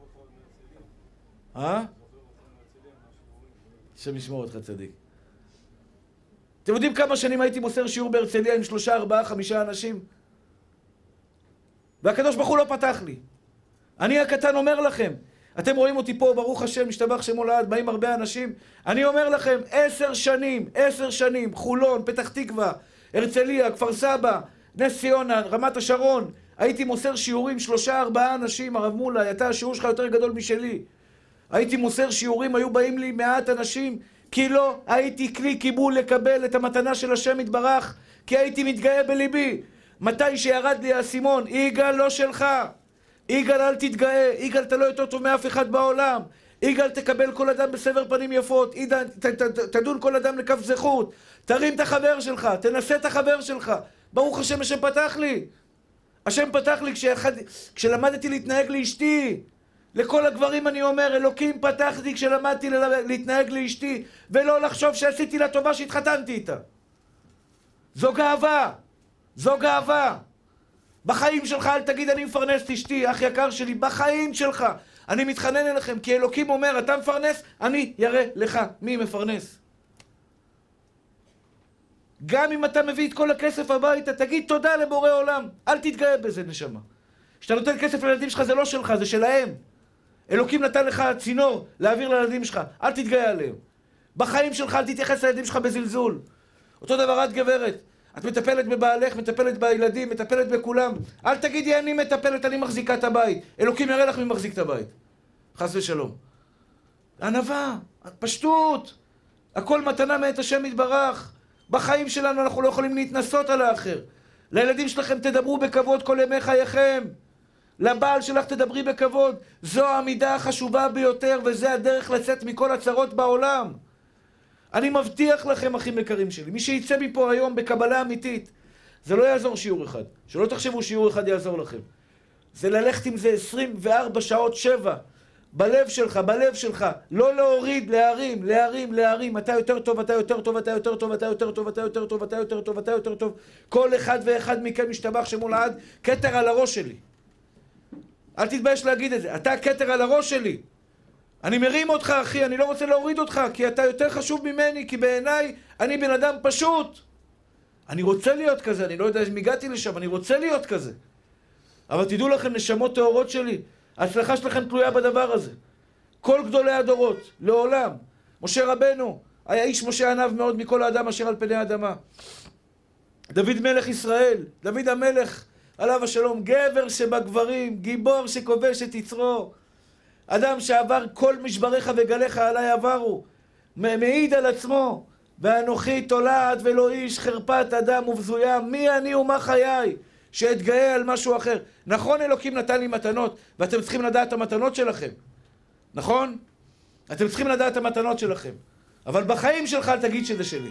אה? השם ישמור אותך צדיק. אתם יודעים כמה שנים הייתי מוסר שיעור בהרצליה עם שלושה, ארבעה, חמישה אנשים? והקדוש ברוך הוא לא פתח לי. אני הקטן אומר לכם, אתם רואים אותי פה, ברוך השם, משתבח שמו לעד, באים הרבה אנשים. אני אומר לכם, עשר שנים, עשר שנים, חולון, פתח תקווה, הרצליה, כפר סבא, נס ציונה, רמת השרון, הייתי מוסר שיעורים, שלושה, ארבעה אנשים, הרב מולה, אתה השיעור שלך יותר גדול משלי. הייתי מוסר שיעורים, היו באים לי מעט אנשים, כי לא הייתי כלי קיבול לקבל את המתנה של השם יתברך, כי הייתי מתגאה בליבי. מתי שירד לי האסימון, יגאל לא שלך. יגאל אל תתגאה, יגאל אתה לא יותר טוב מאף אחד בעולם. יגאל תקבל כל אדם בסבר פנים יפות, תדון כל אדם לכף זכות, תרים את החבר שלך, תנסה את החבר שלך. ברוך השם, השם פתח לי. השם פתח לי כשאחד, כשלמדתי להתנהג לאשתי. לכל הגברים אני אומר, אלוקים פתחתי כשלמדתי להתנהג לאשתי, ולא לחשוב שעשיתי לה טובה שהתחתנתי איתה. זו גאווה. זו גאווה. בחיים שלך אל תגיד אני מפרנס את אשתי, אח יקר שלי, בחיים שלך. אני מתחנן אליכם, כי אלוקים אומר, אתה מפרנס, אני יראה לך מי מפרנס. גם אם אתה מביא את כל הכסף הביתה, תגיד תודה לבורא עולם. אל תתגאה בזה, נשמה. כשאתה נותן כסף לילדים שלך, זה לא שלך, זה שלהם. אלוקים נתן לך צינור להעביר לילדים שלך, אל תתגאה עליהם. בחיים שלך אל תתייחס לילדים שלך בזלזול. אותו דבר את גברת, את מטפלת בבעלך, מטפלת בילדים, מטפלת בכולם. אל תגידי אני מטפלת, אני מחזיקה את הבית. אלוקים יראה לך מי מחזיק את הבית. חס ושלום. ענווה, פשטות. הכל מתנה מאת השם יתברך. בחיים שלנו אנחנו לא יכולים להתנסות על האחר. לילדים שלכם תדברו בכבוד כל ימי חייכם. לבעל שלך תדברי בכבוד. זו המידה החשובה ביותר, וזה הדרך לצאת מכל הצרות בעולם. אני מבטיח לכם, אחים יקרים שלי, מי שיצא מפה היום בקבלה אמיתית, זה לא יעזור שיעור אחד. שלא תחשבו שיעור אחד יעזור לכם. זה ללכת עם זה עשרים וארבע שעות שבע. בלב שלך, בלב שלך. לא להוריד, להרים, להרים, להרים. אתה יותר טוב, אתה יותר טוב, אתה יותר טוב, אתה יותר טוב, אתה יותר טוב, אתה יותר טוב, אתה יותר טוב. כל אחד ואחד מכם משתבח שמו לעד, כתר על הראש שלי. אל תתבייש להגיד את זה. אתה כתר על הראש שלי. אני מרים אותך, אחי, אני לא רוצה להוריד אותך, כי אתה יותר חשוב ממני, כי בעיניי אני בן אדם פשוט. אני רוצה להיות כזה, אני לא יודע אם הגעתי לשם, אני רוצה להיות כזה. אבל תדעו לכם, נשמות טהורות שלי, ההצלחה שלכם תלויה בדבר הזה. כל גדולי הדורות, לעולם. משה רבנו, היה איש משה ענב מאוד מכל האדם אשר על פני האדמה. דוד מלך ישראל, דוד המלך, עליו השלום, גבר שבגברים, גיבור שכובש את יצרו. אדם שעבר כל משבריך וגליך עליי עברו, מעיד על עצמו, ואנוכי תולעת ולא איש, חרפת אדם ובזויה, מי אני ומה חיי, שאתגאה על משהו אחר. נכון, אלוקים נתן לי מתנות, ואתם צריכים לדעת את המתנות שלכם. נכון? אתם צריכים לדעת את המתנות שלכם. אבל בחיים שלך אל תגיד שזה שלי.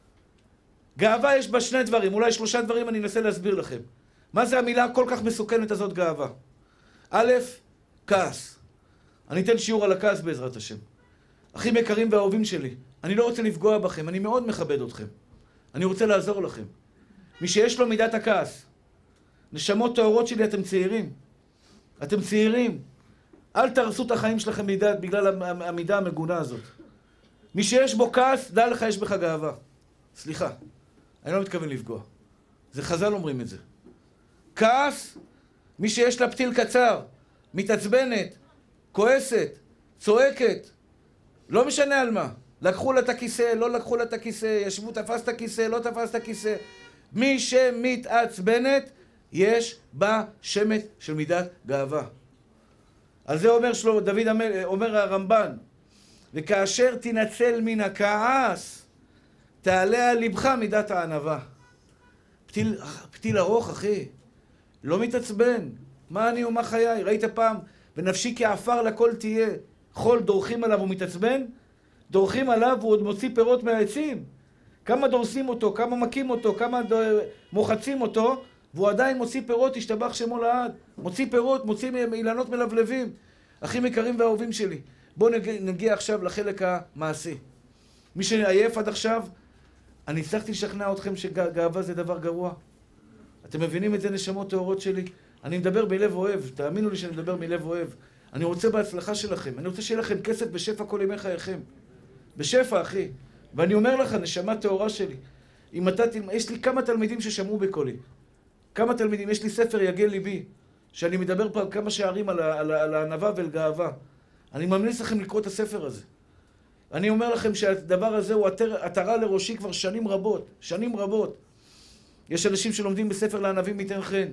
גאווה יש בה שני דברים, אולי שלושה דברים, אני אנסה להסביר לכם. מה זה המילה הכל כך מסוכנת הזאת גאווה? א', כעס. אני אתן שיעור על הכעס בעזרת השם. אחים יקרים ואהובים שלי, אני לא רוצה לפגוע בכם, אני מאוד מכבד אתכם. אני רוצה לעזור לכם. מי שיש לו מידת הכעס, נשמות טהורות שלי, אתם צעירים. אתם צעירים. אל תרסו את החיים שלכם מידת, בגלל המידה המגונה הזאת. מי שיש בו כעס, דע לך יש בך גאווה. סליחה, אני לא מתכוון לפגוע. זה חז"ל אומרים את זה. כעס, מי שיש לה פתיל קצר, מתעצבנת, כועסת, צועקת, לא משנה על מה. לקחו לה את הכיסא, לא לקחו לה את הכיסא, ישבו, תפס את הכיסא, לא תפס את הכיסא. מי שמתעצבנת, יש בה שמץ של מידת גאווה. על זה אומר שלמה, דוד המלך, אומר הרמב"ן, וכאשר תנצל מן הכעס, תעלה על לבך מידת הענווה. פתיל, פתיל ארוך, אחי. לא מתעצבן. מה אני ומה חיי? ראית פעם? ונפשי כעפר לכל תהיה. חול דורכים עליו ומתעצבן? דורכים עליו והוא עוד מוציא פירות מהעצים. כמה דורסים אותו, כמה מכים אותו, כמה מוחצים אותו, והוא עדיין מוציא פירות, ישתבח שמו לעד. מוציא פירות, מוציא אילנות מלבלבים. אחים יקרים ואהובים שלי, בואו נגיע, נגיע עכשיו לחלק המעשי. מי שעייף עד עכשיו, אני הצלחתי לשכנע אתכם שגאווה זה דבר גרוע. אתם מבינים את זה, נשמות טהורות שלי? אני מדבר בלב אוהב, תאמינו לי שאני מדבר מלב אוהב. אני רוצה בהצלחה שלכם, אני רוצה שיהיה לכם כסף בשפע כל ימי חייכם. בשפע, אחי. ואני אומר לך, נשמה טהורה שלי, אם אתה, יש לי כמה תלמידים ששמעו בקולי. כמה תלמידים, יש לי ספר יגל ליבי, שאני מדבר פה על כמה שערים על, על, על הענווה ולגאווה. אני ממליץ לכם לקרוא את הספר הזה. אני אומר לכם שהדבר הזה הוא עטרה לראשי כבר שנים רבות, שנים רבות. יש אנשים שלומדים בספר לענבים ייתן חן.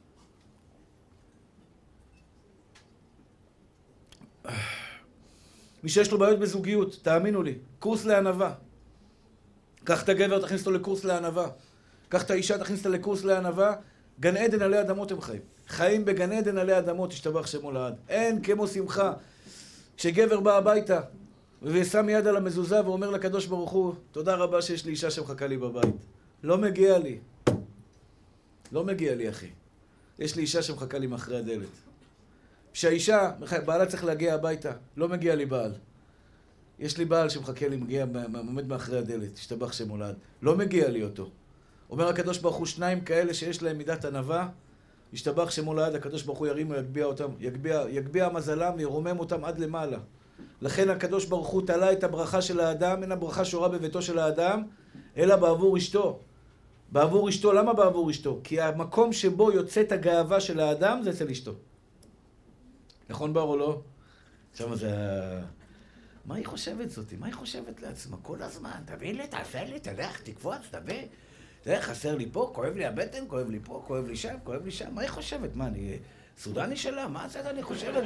מי שיש לו בעיות בזוגיות, תאמינו לי, קורס לענווה. קח את הגבר, תכניס אותו לקורס לענווה. קח את האישה, תכניס אותה לקורס לענווה. גן עדן עלי אדמות הם חיים. חיים בגן עדן עלי אדמות, תשתבח שמו לעד. אין כמו שמחה. כשגבר בא הביתה ושם יד על המזוזה ואומר לקדוש ברוך הוא, תודה רבה שיש לי אישה שמחכה לי בבית. לא מגיע לי. לא מגיע לי, אחי. יש לי אישה שמחכה לי מאחרי הדלת. כשהאישה, בעלה צריך להגיע הביתה, לא מגיע לי בעל. יש לי בעל שמחכה לי, מגיע, עומד מאחרי הדלת, תשתבח שמו לעד. לא מגיע לי אותו. אומר הקדוש ברוך הוא, שניים כאלה שיש להם מידת ענווה, ישתבח שמו לעד, הקדוש ברוך הוא ירים ויגביה אותם, יגביה, יגביה מזלם וירומם אותם עד למעלה. לכן הקדוש ברוך הוא תלה את הברכה של האדם, אין הברכה שורה בביתו של האדם, אלא בעבור אשתו. בעבור אשתו, למה בעבור אשתו? כי המקום שבו יוצאת הגאווה של האדם זה אצל אשתו. נכון בר או לא? עכשיו זה... מה היא חושבת זאתי? מה היא חושבת לעצמה? כל הזמן, תביא לי, תעשה לי, תלך, תקפוץ, תביא. זה חסר לי פה, כואב לי הבטן, כואב לי פה, כואב לי שם, כואב לי שם. מה היא חושבת? מה, אני סודני שלה? מה זה אני חושבת?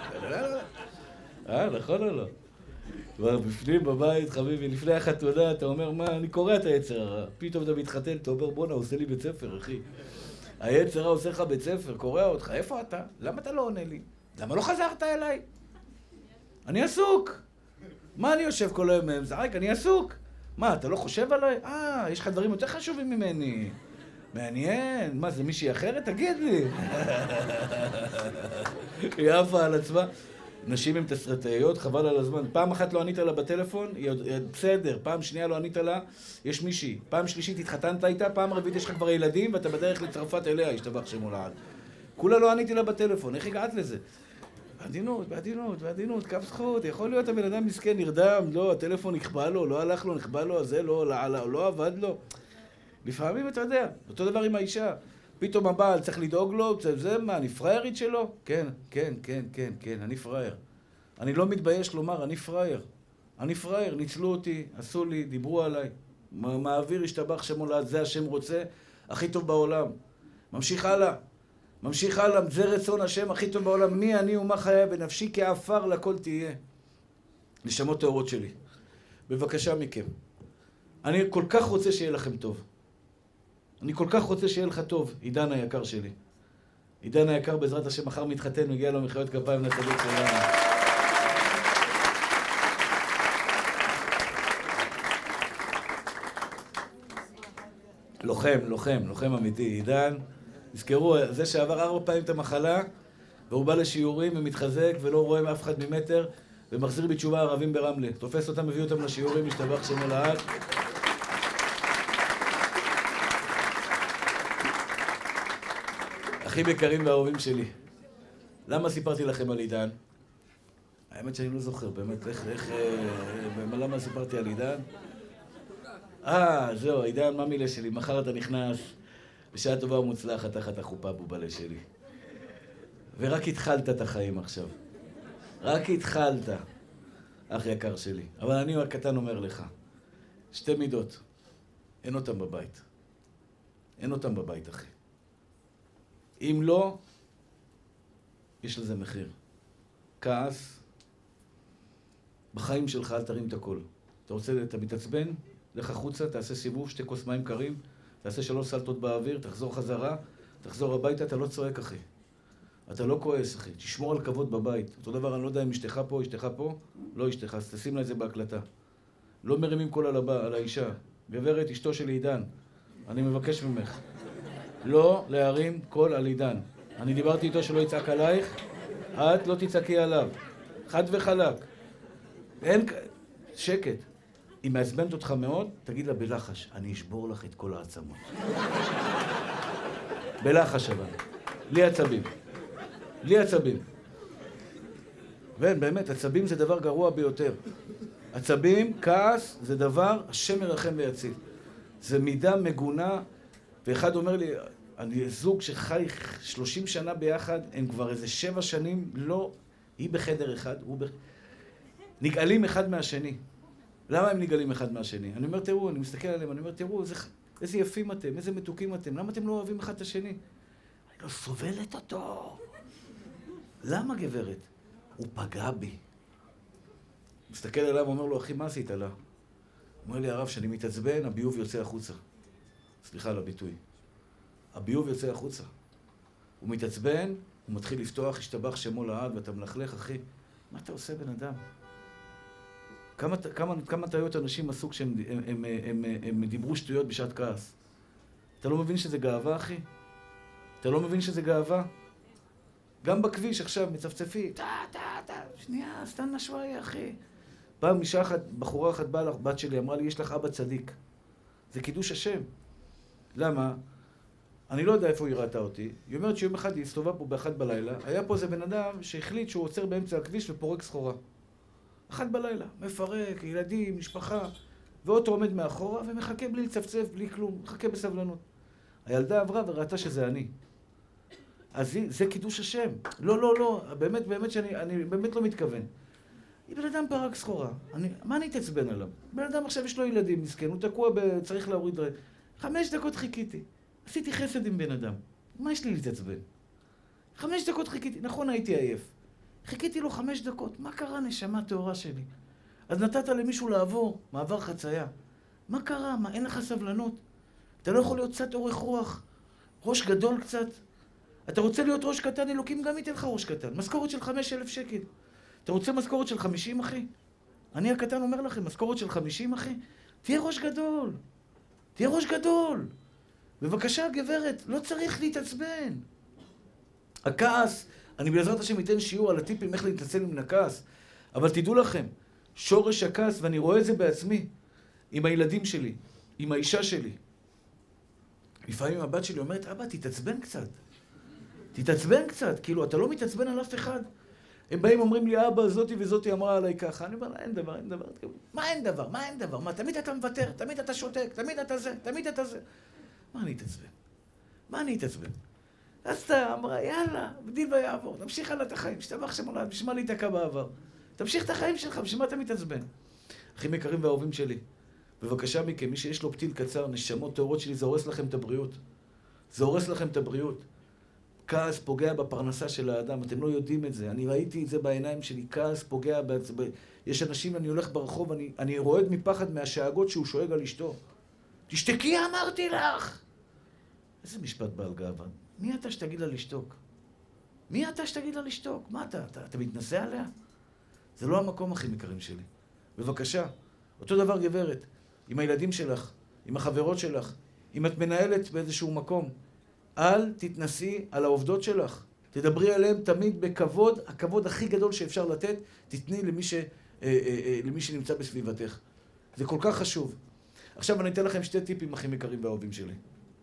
אה, נכון או לא? כבר בפנים בבית, חביבי, לפני החתונה, אתה אומר, מה, אני קורא את היצר הרע. פתאום אתה מתחתן, אתה אומר, בונה, עושה לי בית ספר, אחי. היצר הרע עושה לך בית ספר, קורא אותך, איפה אתה? למה אתה לא עונה לי? למה לא חזרת אליי? אני עסוק. מה אני יושב כל היום מהם? זרק, אני עסוק. מה, אתה לא חושב עליי? אה, יש לך דברים יותר חשובים ממני. מעניין. מה, זה מישהי אחרת? תגיד לי. היא עפה על עצמה. נשים עם תסרטאיות, חבל על הזמן. פעם אחת לא ענית לה בטלפון, היא בסדר. פעם שנייה לא ענית לה, יש מישהי. פעם שלישית התחתנת איתה, פעם רביעית יש לך כבר ילדים, ואתה בדרך לצרפת אליה, השתבח שמו לעד. כולה לא עניתי לה בטלפון, איך הגעת לזה? בעדינות, בעדינות, בעדינות, כף זכות. יכול להיות הבן אדם מסכן, נרדם, לא, הטלפון נכבה לו, לא הלך לו, נכבה לו, זה לא, לא, לא עבד לו. לפעמים אתה יודע, אותו דבר עם האישה. פתאום הבעל צריך לדאוג לו, זה, זה מה, אני פריירית שלו? כן, כן, כן, כן, כן, אני פרייר. אני לא מתבייש לומר, אני פרייר. אני פרייר, ניצלו אותי, עשו לי, דיברו עליי. מעביר, השתבח שמו לעד, זה השם רוצה, הכי טוב בעולם. ממשיך הלאה. ממשיך הלאה, זה רצון השם הכי טוב בעולם. מי אני ומה חיי בנפשי כעפר לכל תהיה. נשמות טהורות שלי. בבקשה מכם. אני כל כך רוצה שיהיה לכם טוב. אני כל כך רוצה שיהיה לך טוב, עידן היקר שלי. עידן היקר בעזרת השם מחר מתחתן, מגיע לו מחיאות כפיים לצדיק שלנו. לוחם, לוחם, לוחם אמיתי. עידן, תזכרו, זה שעבר ארבע פעמים את המחלה, והוא בא לשיעורים ומתחזק ולא רואה אף אחד ממטר, ומחזיר בתשובה ערבים ברמלה. תופס אותם, מביא אותם לשיעורים, משתבח שמו לעד. אחים יקרים ואהובים שלי, למה סיפרתי לכם על עידן? האמת שאני לא זוכר, באמת, איך, איך, למה סיפרתי על עידן? אה, זהו, עידן, מה מילה שלי? מחר אתה נכנס בשעה טובה ומוצלחת תחת החופה בובלה שלי. ורק התחלת את החיים עכשיו. רק התחלת, אח יקר שלי. אבל אני הקטן אומר לך, שתי מידות, אין אותם בבית. אין אותם בבית, אחי. אם לא, יש לזה מחיר. כעס, בחיים שלך אל תרים את הכל. אתה רוצה, אתה מתעצבן, לך החוצה, תעשה סיבוב, שתי כוס מים קרים, תעשה שלוש סלטות באוויר, תחזור חזרה, תחזור הביתה, אתה לא צועק, אחי. אתה לא כועס, אחי. תשמור על כבוד בבית. אותו דבר, אני לא יודע אם אשתך פה, אשתך פה, לא אשתך, אז תשים לה את זה בהקלטה. לא מרימים קול על, הבא, על האישה. גברת, אשתו של עידן, אני מבקש ממך. לא להרים קול על עידן. אני דיברתי איתו שלא יצעק עלייך, את לא תצעקי עליו. חד וחלק. אין... שקט. אם מעצבנת אותך מאוד, תגיד לה בלחש, אני אשבור לך את כל העצמות. בלחש אבל. בלי עצבים. בלי עצבים. ואין, באמת, עצבים זה דבר גרוע ביותר. עצבים, כעס, זה דבר, השם מרחם ויציל. זה מידה מגונה, ואחד אומר לי, אני זוג שחי שלושים שנה ביחד, הם כבר איזה שבע שנים, לא, היא בחדר אחד, הוא בחדר... נגאלים אחד מהשני. למה הם נגאלים אחד מהשני? אני אומר, תראו, אני מסתכל עליהם, אני אומר, תראו, איזה, איזה יפים אתם, איזה מתוקים אתם, למה אתם לא אוהבים אחד את השני? אני לא סובלת אותו. למה, גברת? הוא פגע בי. מסתכל עליו ואומר לו, אחי, מה עשית לה? אומר לי הרב, שאני מתעצבן, הביוב יוצא החוצה. סליחה על הביטוי. הביוב יוצא החוצה. הוא מתעצבן, הוא מתחיל לפתוח, השתבח שמו לעד, ואתה מלכלך, אחי. מה אתה עושה, בן אדם? כמה, כמה, כמה טעויות אנשים עשו כשהם הם, הם, הם, הם, הם דיברו שטויות בשעת כעס? אתה לא מבין שזה גאווה, אחי? אתה לא מבין שזה גאווה? גם בכביש עכשיו מצפצפי, טה, טה, טה, שנייה, סתן נשוואי, אחי. פעם אישה אחת, בחורה אחת באה לך, בת שלי, אמרה לי, יש לך אבא צדיק. זה קידוש השם. למה? אני לא יודע איפה היא ראתה אותי. היא אומרת שיום אחד היא הסתובבה פה באחת בלילה, היה פה איזה בן אדם שהחליט שהוא עוצר באמצע הכביש ופורק סחורה. אחת בלילה, מפרק, ילדים, משפחה, ואוטו עומד מאחורה ומחכה בלי לצפצף, בלי כלום, מחכה בסבלנות. הילדה עברה וראתה שזה אני. אז זה קידוש השם. לא, לא, לא, באמת, באמת שאני, אני באמת לא מתכוון. היא בן אדם פרק סחורה. אני, מה אני אתעצבן עליו? בן אדם עכשיו יש לו ילדים, מסכן, הוא תקוע ב... צריך להוריד... חמש דקות חיכיתי. עשיתי חסד עם בן אדם. מה יש לי להתעצבן? חמש דקות חיכיתי. נכון, הייתי עייף. חיכיתי לו חמש דקות. מה קרה, נשמה טהורה שלי? אז נתת למישהו לעבור, מעבר חצייה. מה קרה? מה, אין לך סבלנות? אתה לא יכול להיות קצת אורך רוח? ראש גדול קצת? אתה רוצה להיות ראש קטן? אלוקים גם ייתן לך ראש קטן. משכורת של חמש אלף שקל. אתה רוצה משכורת של חמישים, אחי? אני הקטן אומר לכם, משכורת של חמישים, אחי? תהיה ראש גדול. תהיה ראש גדול. בבקשה, גברת, לא צריך להתעצבן. הכעס, אני בעזרת השם אתן שיעור על הטיפים איך להתנצל מן הכעס. אבל תדעו לכם, שורש הכעס, ואני רואה את זה בעצמי, עם הילדים שלי, עם האישה שלי. לפעמים הבת שלי אומרת, אבא, תתעצבן קצת. תתעצבן קצת, כאילו, אתה לא מתעצבן על אף אחד. הם באים, אומרים לי, אבא, זאתי וזאתי אמרה עליי ככה. אני אומר, אין דבר, אין דבר. מה אין דבר? מה אין דבר? מה, תמיד אתה מוותר, תמיד אתה שותק, תמיד אתה זה, תמיד אתה זה. מה אני אתעצבן? מה אני אתעצבן? אז אתה אמרה, יאללה, בדיל ויעבור, תמשיך הלאה את החיים, שתבח שמולד, בשביל מה להתעקע בעבר? תמשיך את החיים שלך, בשביל מה אתה מתעצבן? אחים יקרים ואהובים שלי, בבקשה מכם, מי שיש לו פתיל קצר, נשמות טהורות שלי, זה הורס לכם את הבריאות. זה הורס לכם את הבריאות. כעס פוגע בפרנסה של האדם, אתם לא יודעים את זה. אני ראיתי את זה בעיניים שלי, כעס פוגע בעצב... יש אנשים, אני הולך ברחוב, אני, אני רועד מפחד מהשאגות שהוא שואג על אשתו. תשתקי, אמרתי לך! איזה משפט בעל גאווה. מי אתה שתגיד לה לשתוק? מי אתה שתגיד לה לשתוק? מה אתה? אתה, אתה מתנסה עליה? זה לא המקום, אחים יקרים שלי. בבקשה. אותו דבר גברת, עם הילדים שלך, עם החברות שלך, אם את מנהלת באיזשהו מקום, אל תתנסי על העובדות שלך. תדברי עליהם תמיד בכבוד, הכבוד הכי גדול שאפשר לתת, תתני למי, ש, אה, אה, אה, למי שנמצא בסביבתך. זה כל כך חשוב. עכשיו אני אתן לכם שתי טיפים, אחים יקרים ואהובים שלי.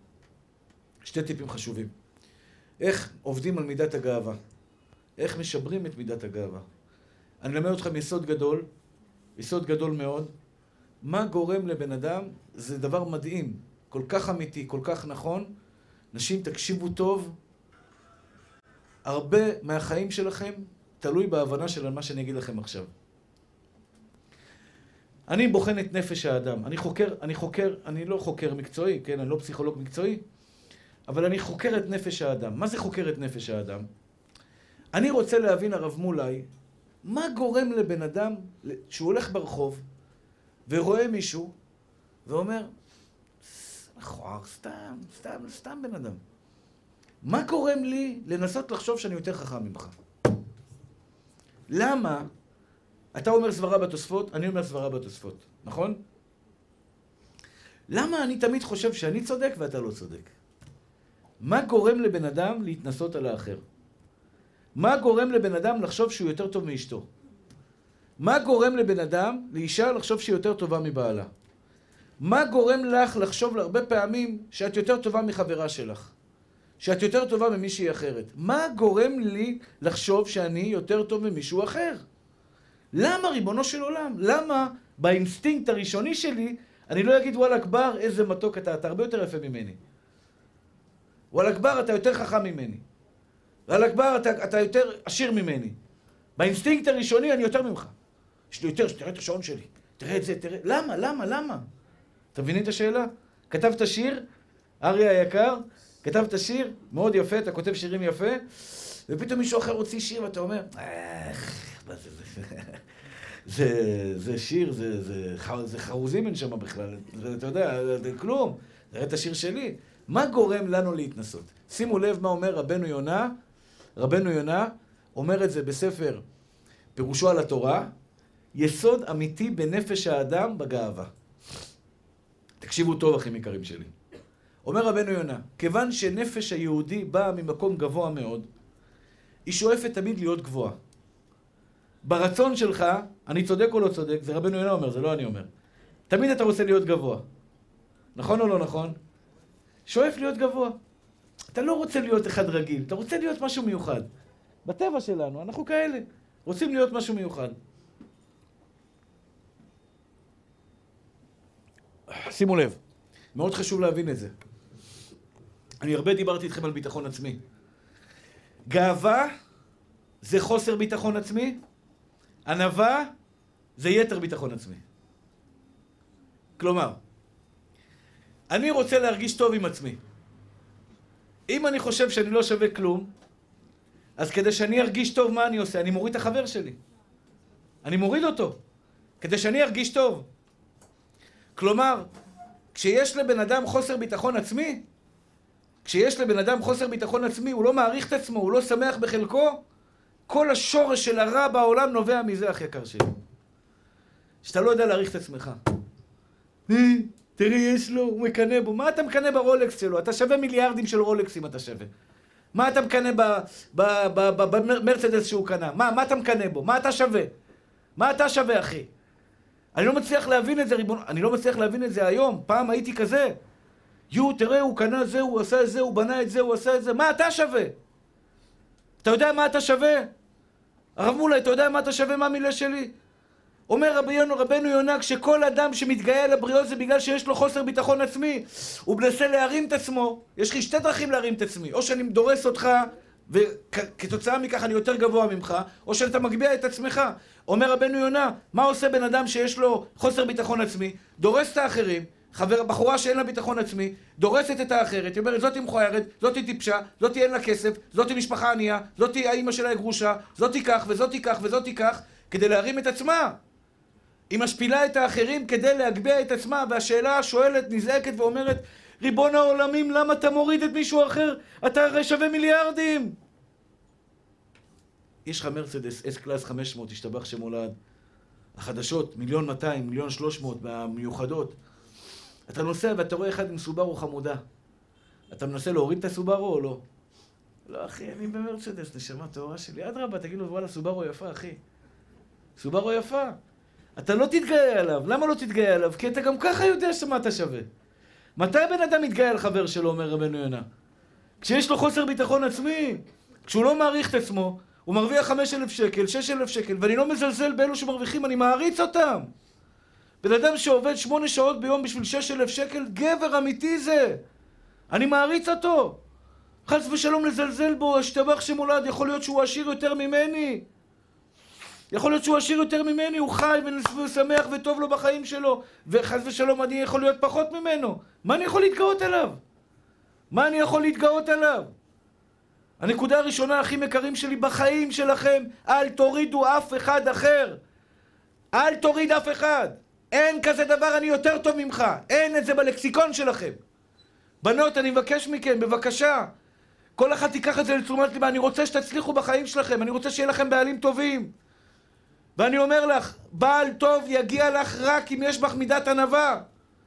שתי טיפים חשובים. איך עובדים על מידת הגאווה? איך משברים את מידת הגאווה? אני אלמד אתכם יסוד גדול, יסוד גדול מאוד. מה גורם לבן אדם? זה דבר מדהים, כל כך אמיתי, כל כך נכון. נשים, תקשיבו טוב. הרבה מהחיים שלכם תלוי בהבנה של מה שאני אגיד לכם עכשיו. אני בוחן את נפש האדם. אני חוקר, אני חוקר, אני לא חוקר מקצועי, כן? אני לא פסיכולוג מקצועי, אבל אני חוקר את נפש האדם. מה זה חוקר את נפש האדם? אני רוצה להבין, הרב מולי, מה גורם לבן אדם שהוא הולך ברחוב ורואה מישהו ואומר, מכוער, סתם, סתם, סתם בן אדם. מה גורם לי לנסות לחשוב שאני יותר חכם ממך? למה? אתה אומר סברה בתוספות, אני אומר סברה בתוספות, נכון? למה אני תמיד חושב שאני צודק ואתה לא צודק? מה גורם לבן אדם להתנסות על האחר? מה גורם לבן אדם לחשוב שהוא יותר טוב מאשתו? מה גורם לבן אדם, לאישה, לחשוב שהיא יותר טובה מבעלה? מה גורם לך לחשוב להרבה פעמים שאת יותר טובה מחברה שלך? שאת יותר טובה ממישהי אחרת? מה גורם לי לחשוב שאני יותר טוב ממישהו אחר? למה, ריבונו של עולם? למה באינסטינקט הראשוני שלי אני לא אגיד וואלה כבר איזה מתוק אתה, אתה הרבה יותר יפה ממני. וואלה כבר אתה יותר חכם ממני. וואלה כבר אתה, אתה יותר עשיר ממני. באינסטינקט הראשוני אני יותר ממך. יש לי יותר, תראה את השעון שלי. תראה את זה, תראה... למה, למה, למה? אתה מבינים את השאלה? כתבת שיר, אריה היקר, כתבת שיר, מאוד יפה, אתה כותב שירים יפה, ופתאום מישהו אחר הוציא שיר ואתה אומר, איך, מה זה, זה, זה, זה שיר, זה, זה, זה חרוזים אין שם בכלל, אתה יודע, זה כלום, תראה את השיר שלי. מה גורם לנו להתנסות? שימו לב מה אומר רבנו יונה, רבנו יונה אומר את זה בספר פירושו על התורה, יסוד אמיתי בנפש האדם בגאווה. תקשיבו טוב, אחים יקרים שלי. אומר רבנו יונה, כיוון שנפש היהודי באה ממקום גבוה מאוד, היא שואפת תמיד להיות גבוהה. ברצון שלך, אני צודק או לא צודק, זה רבנו יונה אומר, זה לא אני אומר. תמיד אתה רוצה להיות גבוה. נכון או לא נכון? שואף להיות גבוה. אתה לא רוצה להיות אחד רגיל, אתה רוצה להיות משהו מיוחד. בטבע שלנו, אנחנו כאלה. רוצים להיות משהו מיוחד. שימו לב, מאוד חשוב להבין את זה. אני הרבה דיברתי איתכם על ביטחון עצמי. גאווה זה חוסר ביטחון עצמי, ענווה זה יתר ביטחון עצמי. כלומר, אני רוצה להרגיש טוב עם עצמי. אם אני חושב שאני לא שווה כלום, אז כדי שאני ארגיש טוב, מה אני עושה? אני מוריד את החבר שלי. אני מוריד אותו. כדי שאני ארגיש טוב. כלומר, כשיש לבן אדם חוסר ביטחון עצמי, כשיש לבן אדם חוסר ביטחון עצמי, הוא לא מעריך את עצמו, הוא לא שמח בחלקו, כל השורש של הרע בעולם נובע מזה, אח יקר שלי. שאתה לא יודע להעריך את עצמך. תראי, יש לו, הוא מקנה בו. מה אתה מקנה ברולקס שלו? אתה שווה מיליארדים של רולקסים, אתה שווה. מה אתה מקנה במרצדס שהוא קנה? מה, מה אתה מקנה בו? מה אתה שווה? מה אתה שווה, אחי? אני לא מצליח להבין את זה, ריבון. אני לא מצליח להבין את זה היום. פעם הייתי כזה. יו, תראה, הוא קנה זה, הוא עשה את זה, הוא בנה את זה, הוא עשה את זה. מה אתה שווה? אתה יודע מה אתה שווה? הרב מולה, אתה יודע מה אתה שווה, מה המילה שלי? אומר רבינו, רבנו יונה, כשכל אדם שמתגאה לבריות זה בגלל שיש לו חוסר ביטחון עצמי. הוא מנסה להרים את עצמו. יש לי שתי דרכים להרים את עצמי. או שאני דורס אותך, וכתוצאה מכך אני יותר גבוה ממך, או שאתה מגביה את עצמך. אומר רבנו יונה, מה עושה בן אדם שיש לו חוסר ביטחון עצמי? דורס את האחרים, חבר, בחורה שאין לה ביטחון עצמי, דורסת את האחרת, היא אומרת, זאתי מכוערת, זאתי טיפשה, זאתי אין לה כסף, זאתי משפחה ענייה, זאתי האמא שלה גרושה, זאתי כך וזאתי כך וזאתי כך, כדי להרים את עצמה. היא משפילה את האחרים כדי להגביה את עצמה, והשאלה שואלת, נזעקת ואומרת, ריבון העולמים, למה אתה מוריד את מישהו אחר? אתה הרי שווה מיליארדים. יש לך מרצדס אס קלאס חמש מאות, השתבח שמולד. החדשות, מיליון מאתיים, מיליון שלוש מאות, והמיוחדות. אתה נוסע ואתה רואה אחד עם סובארו חמודה. אתה מנסה להוריד את הסובארו או לא? לא, אחי, אני במרצדס, נשמה טהורה שלי. אדרבה, תגיד לו, וואלה, סובארו יפה, אחי. סובארו יפה. אתה לא תתגאה עליו. למה לא תתגאה עליו? כי אתה גם ככה יודע שמה אתה שווה. מתי בן אדם מתגאה על חבר שלו, אומר רבנו יונה? כשיש לו חוסר ביטחון עצמי, כשהוא לא מעריך את עצמו, הוא מרוויח חמשת אלפים שקל, שישת אלפים שקל, ואני לא מזלזל באלו שמרוויחים, אני מעריץ אותם. בן אדם שעובד שמונה שעות ביום בשביל שישת אלפים שקל, גבר אמיתי זה. אני מעריץ אותו. חס ושלום לזלזל בו, השתבח שמולד, יכול להיות שהוא עשיר יותר ממני. יכול להיות שהוא עשיר יותר ממני, הוא חי ושמח וטוב לו בחיים שלו, וחס ושלום אני יכול להיות פחות ממנו. מה אני יכול להתגאות עליו? מה אני יכול להתגאות עליו? הנקודה הראשונה, הכי יקרים שלי, בחיים שלכם, אל תורידו אף אחד אחר. אל תוריד אף אחד. אין כזה דבר, אני יותר טוב ממך. אין את זה בלקסיקון שלכם. בנות, אני מבקש מכם, בבקשה. כל אחד תיקח את זה לתשומת ליבה. אני רוצה שתצליחו בחיים שלכם. אני רוצה שיהיה לכם בעלים טובים. ואני אומר לך, בעל טוב יגיע לך רק אם יש בך מידת ענווה.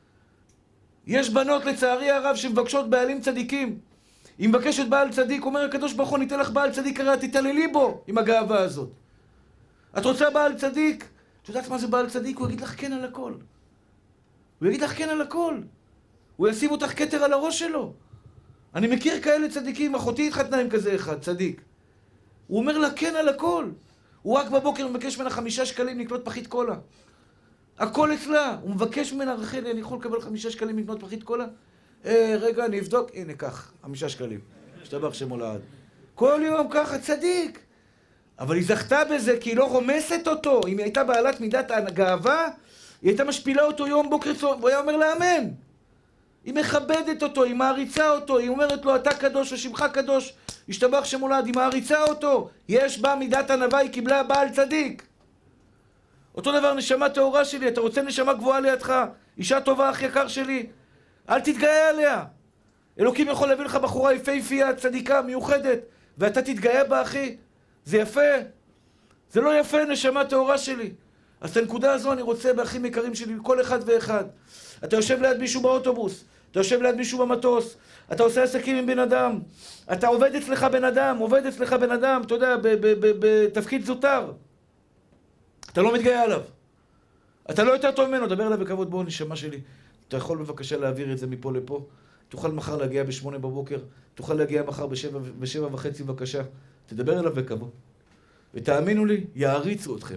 יש בנות לצערי הרב שמבקשות בעלים צדיקים. היא מבקשת בעל צדיק, אומר הקדוש ברוך הוא, ניתן לך בעל צדיק, הרי תתעללי בו עם הגאווה הזאת. את רוצה בעל צדיק? את יודעת מה זה בעל צדיק? הוא יגיד לך כן על הכל. הוא יגיד לך כן על הכל. הוא ישים אותך כתר על הראש שלו. אני מכיר כאלה צדיקים, אחותי התחתנה עם כזה אחד, צדיק. הוא אומר לה כן על הכל. הוא רק בבוקר מבקש ממנה חמישה שקלים לקנות פחית קולה. הכל אצלה. הוא מבקש ממנה, רחלי, אני יכול לקבל חמישה שקלים לקנות פחית קולה? אה, רגע, אני אבדוק. הנה, קח, חמישה שקלים. השתבח שמו לעד. כל יום ככה, צדיק. אבל היא זכתה בזה כי היא לא רומסת אותו. אם היא הייתה בעלת מידת הגאווה, היא הייתה משפילה אותו יום בוקר צהריים, והוא היה אומר לה אמן. היא מכבדת אותו, היא מעריצה אותו, היא אומרת לו, אתה קדוש ושמך קדוש, השתבח שמולד, היא מעריצה אותו. יש בה מידת ענווה, היא קיבלה בעל צדיק. אותו דבר נשמה טהורה שלי, אתה רוצה נשמה גבוהה לידך, אישה טובה, אח יקר שלי, אל תתגאה עליה. אלוקים יכול להביא לך בחורה יפהפייה, צדיקה, מיוחדת, ואתה תתגאה בה, אחי. זה יפה. זה לא יפה, נשמה טהורה שלי. אז את הנקודה הזו אני רוצה, באחים יקרים שלי, כל אחד ואחד. אתה יושב ליד מישהו באוטובוס, אתה יושב ליד מישהו במטוס, אתה עושה עסקים עם בן אדם, אתה עובד אצלך בן אדם, עובד אצלך בן אדם, אתה יודע, בתפקיד זוטר. אתה לא מתגאה עליו. אתה לא יותר טוב ממנו, דבר אליו בכבוד, בוא נשמה שלי. אתה יכול בבקשה להעביר את זה מפה לפה. תוכל מחר להגיע בשמונה בבוקר, תוכל להגיע מחר בשבע, בשבע וחצי בבקשה. תדבר אליו בכבוד. ותאמינו לי, יעריצו אתכם.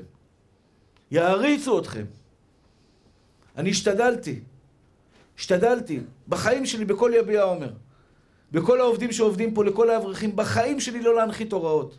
יעריצו אתכם. אני השתדלתי. השתדלתי. בחיים שלי, בכל יביע אומר. בכל העובדים שעובדים פה, לכל האברכים, בחיים שלי לא להנחית הוראות.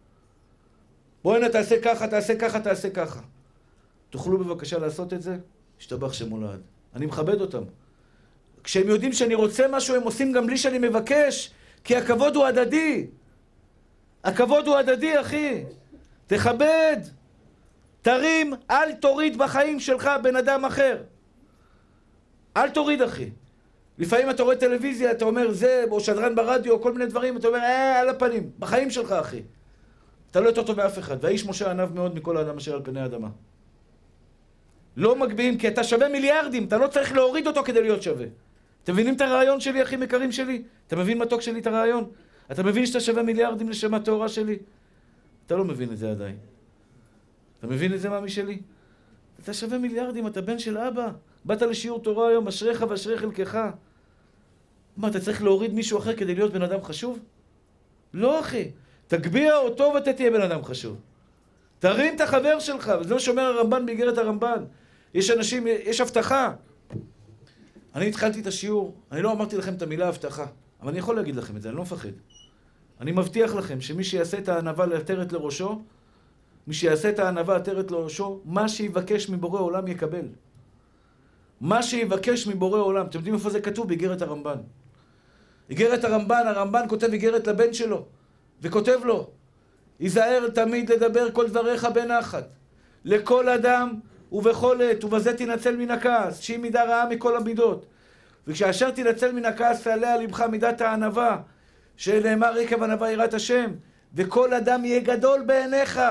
בוא הנה, תעשה ככה, תעשה ככה, תעשה ככה. תוכלו בבקשה לעשות את זה? השתבח שמולד. אני מכבד אותם. כשהם יודעים שאני רוצה משהו, הם עושים גם בלי שאני מבקש, כי הכבוד הוא הדדי. הכבוד הוא הדדי, אחי. תכבד. תרים, אל תוריד בחיים שלך בן אדם אחר. אל תוריד, אחי. לפעמים אתה רואה טלוויזיה, אתה אומר זה, או שדרן ברדיו, או כל מיני דברים, אתה אומר, אה, על הפנים. בחיים שלך, אחי. אתה לא יותר טוב מאף אחד. והאיש משה ענב מאוד מכל האדם אשר על פני האדמה. לא מגביהים, כי אתה שווה מיליארדים. אתה לא צריך להוריד אותו כדי להיות שווה. אתם מבינים את הרעיון שלי, אחים יקרים שלי? אתה מבין מתוק שלי את הרעיון? אתה מבין שאתה שווה מיליארדים לשמה תאורה שלי? אתה לא מבין את זה עדיין. אתה מבין את זה, מאמי שלי? אתה שווה מיליארדים, אתה בן של אבא. באת לשיעור תורה היום, אשריך ואשרי חלקך. מה, אתה צריך להוריד מישהו אחר כדי להיות בן אדם חשוב? לא, אחי. תגביה אותו ואתה תהיה בן אדם חשוב. תרים את החבר שלך, וזה מה שאומר הרמב"ן באיגרת הרמב"ן. יש אנשים, יש הבטחה. אני התחלתי את השיעור, אני לא אמרתי לכם את המילה הבטחה, אבל אני יכול להגיד לכם את זה, אני לא מפחד. אני מבטיח לכם שמי שיעשה את הענווה לעטרת לראשו, מי שיעשה את הענווה לעטרת לראשו, מה שיבקש מבורא עולם יקבל. מה שיבקש מבורא עולם. אתם יודעים איפה זה כתוב? באיגרת הרמב"ן. איגרת הרמב"ן, הרמב"ן כותב איגרת לבן שלו, וכותב לו, היזהר תמיד לדבר כל דבריך בנחת, לכל אדם ובכל עת, ובזה תנצל מן הכעס, שהיא מידה רעה מכל המידות. וכשאשר תנצל מן הכעס תעלה על לבך מידת הענווה, שנאמר עקב ענווה יראת השם, וכל אדם יהיה גדול בעיניך.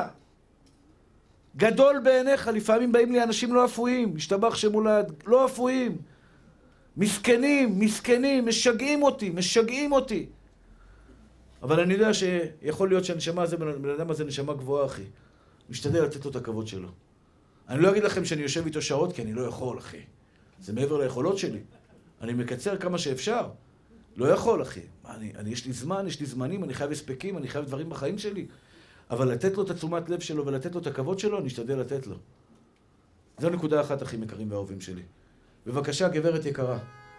גדול בעיניך. לפעמים באים לי אנשים לא אפויים, משתבח שמולד, לא אפויים. מסכנים, מסכנים, משגעים אותי, משגעים אותי. אבל אני יודע שיכול להיות שהנשמה הזה, בן אדם הזה נשמה גבוהה, אחי. משתדל לתת לו את הכבוד שלו. אני לא אגיד לכם שאני יושב איתו שעות, כי אני לא יכול, אחי. זה מעבר ליכולות שלי. אני מקצר כמה שאפשר. לא יכול, אחי. אני, אני, יש לי זמן, יש לי זמנים, אני חייב הספקים, אני חייב דברים בחיים שלי. אבל לתת לו את התשומת לב שלו ולתת לו את הכבוד שלו, אני אשתדל לתת לו. זו נקודה אחת, אחים יקרים ואהובים שלי. בבקשה, גברת יקרה.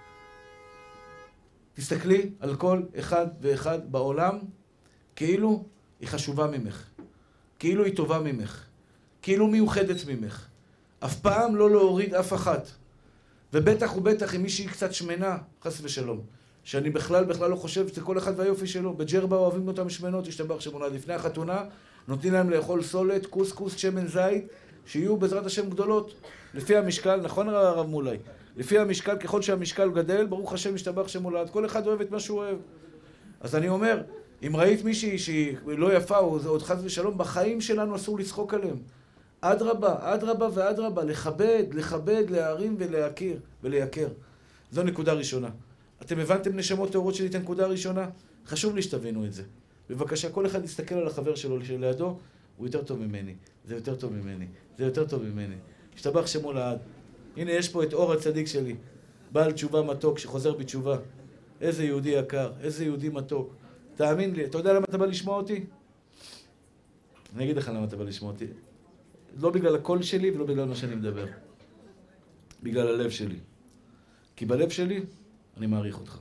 תסתכלי על כל אחד ואחד בעולם, כאילו היא חשובה ממך. כאילו היא טובה ממך. כאילו מיוחדת ממך. אף פעם לא להוריד אף אחת. ובטח ובטח אם מישהי קצת שמנה, חס ושלום. שאני בכלל בכלל לא חושב שזה כל אחד והיופי שלו. בג'רבה אוהבים אותם שמנות, השתבח שמונה. לפני החתונה נותנים להם לאכול סולת, קוס קוס, שמן זית, שיהיו בעזרת השם גדולות. לפי המשקל, נכון הרב מולי? לפי המשקל, ככל שהמשקל גדל, ברוך השם השתבח שמולד. כל אחד אוהב את מה שהוא אוהב. אז אני אומר, אם ראית מישהי שהיא לא יפה או עוד חס ושלום, בחיים שלנו אסור לצחוק עליהם. אדרבה, אדרבה ואדרבה, לכבד, לכבד, להרים ולהכיר ולייקר. זו נקודה ראשונה. אתם הבנתם נשמות טהורות שלי את הנקודה הראשונה? חשוב לי שתבינו את זה. בבקשה, כל אחד יסתכל על החבר שלו שלידו, הוא יותר טוב ממני, זה יותר טוב ממני, זה יותר טוב ממני. השתבח שמו לעד. הנה יש פה את אור הצדיק שלי, בעל תשובה מתוק שחוזר בתשובה. איזה יהודי יקר, איזה יהודי מתוק. תאמין לי, אתה יודע למה אתה בא לשמוע אותי? אני אגיד לך למה אתה בא לשמוע אותי. לא בגלל הקול שלי ולא בגלל מה שאני מדבר. בגלל הלב שלי. כי בלב שלי אני מעריך אותך.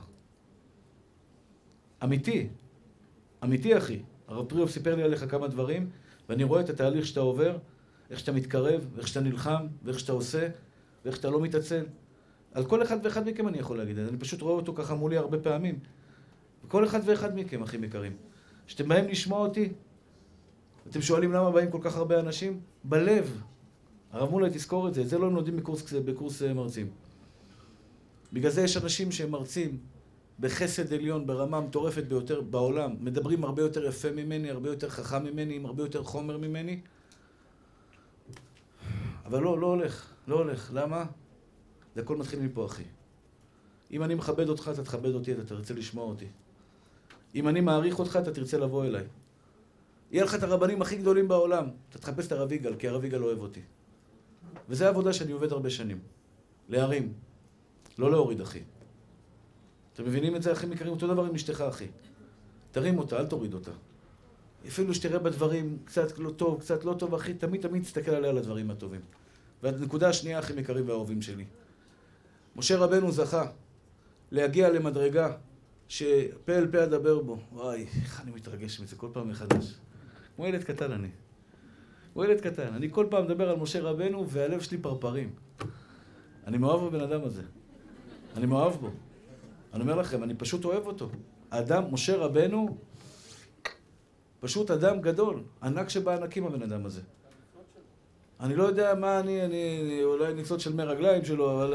אמיתי. אמיתי, אחי. הרב פריאוף סיפר לי עליך כמה דברים, ואני רואה את התהליך שאתה עובר, איך שאתה מתקרב, ואיך שאתה נלחם, ואיך שאתה עושה, ואיך שאתה לא מתעצל. על כל אחד ואחד מכם אני יכול להגיד. אני פשוט רואה אותו ככה מולי הרבה פעמים. וכל אחד ואחד מכם, אחים יקרים. שאתם באים לשמוע אותי, אתם שואלים למה באים כל כך הרבה אנשים? בלב. הרב מולי, תזכור את זה. את זה לא הם לומדים בקורס, בקורס מרצים. בגלל זה יש אנשים שהם מרצים בחסד עליון, ברמה מטורפת ביותר בעולם. מדברים הרבה יותר יפה ממני, הרבה יותר חכם ממני, עם הרבה יותר חומר ממני. אבל לא, לא הולך. לא הולך. למה? זה הכל מתחיל מפה, אחי. אם אני מכבד אותך, אתה תכבד אותי, אתה תרצה לשמוע אותי. אם אני מעריך אותך, אתה תרצה לבוא אליי. יהיה לך את הרבנים הכי גדולים בעולם. אתה תחפש את הרב יגאל, כי הרב יגאל אוהב אותי. וזו העבודה שאני עובד הרבה שנים. להרים. לא להוריד, אחי. אתם מבינים את זה, אחים יקרים? אותו דבר עם אשתך, אחי. תרים אותה, אל תוריד אותה. אפילו שתראה בדברים קצת לא טוב, קצת לא טוב, אחי, תמיד תמיד תסתכל עליה על הדברים הטובים. והנקודה השנייה, אחים יקרים והאהובים שלי. משה רבנו זכה להגיע למדרגה שפה אל פה אדבר בו. וואי, איך אני מתרגש מזה כל פעם מחדש. כמו ילד קטן אני. כמו ילד קטן. אני כל פעם מדבר על משה רבנו והלב שלי פרפרים. אני מאוהב בבן אדם הזה. אני מאוהב בו. אני אומר לכם, אני פשוט אוהב אותו. האדם, משה רבנו, פשוט אדם גדול. ענק שבענקים הבן אדם הזה. אני לא יודע מה אני, אני אולי ניצוץ של מי רגליים שלו, אבל,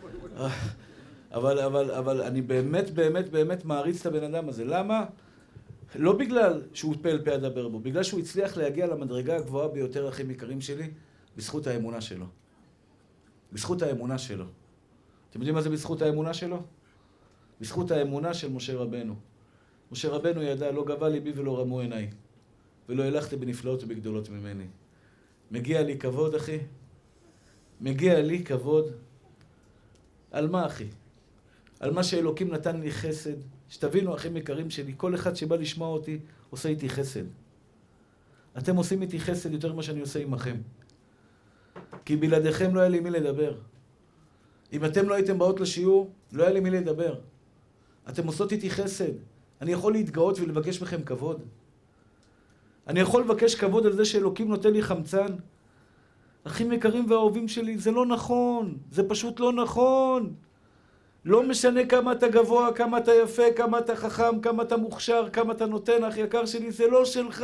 אבל, אבל, אבל אני באמת, באמת, באמת מעריץ את הבן אדם הזה. למה? לא בגלל שהוא פה אל פה אדבר בו, בגלל שהוא הצליח להגיע למדרגה הגבוהה ביותר, אחים יקרים שלי, בזכות האמונה שלו. בזכות האמונה שלו. אתם יודעים מה זה בזכות האמונה שלו? בזכות האמונה של משה רבנו. משה רבנו ידע, לא גבה ליבי ולא רמו עיניי, ולא הלכתי בנפלאות ובגדולות ממני. מגיע לי כבוד, אחי. מגיע לי כבוד. על מה, אחי? על מה שאלוקים נתן לי חסד. שתבינו, אחים יקרים שלי, כל אחד שבא לשמוע אותי, עושה איתי חסד. אתם עושים איתי חסד יותר ממה שאני עושה עמכם. כי בלעדיכם לא היה לי מי לדבר. אם אתם לא הייתם באות לשיעור, לא היה לי מי לדבר. אתם עושות איתי חסד. אני יכול להתגאות ולבקש מכם כבוד. אני יכול לבקש כבוד על זה שאלוקים נותן לי חמצן. אחים יקרים והאהובים שלי, זה לא נכון. זה פשוט לא נכון. לא משנה כמה אתה גבוה, כמה אתה יפה, כמה אתה חכם, כמה אתה מוכשר, כמה אתה נותן, אח יקר שלי, זה לא שלך.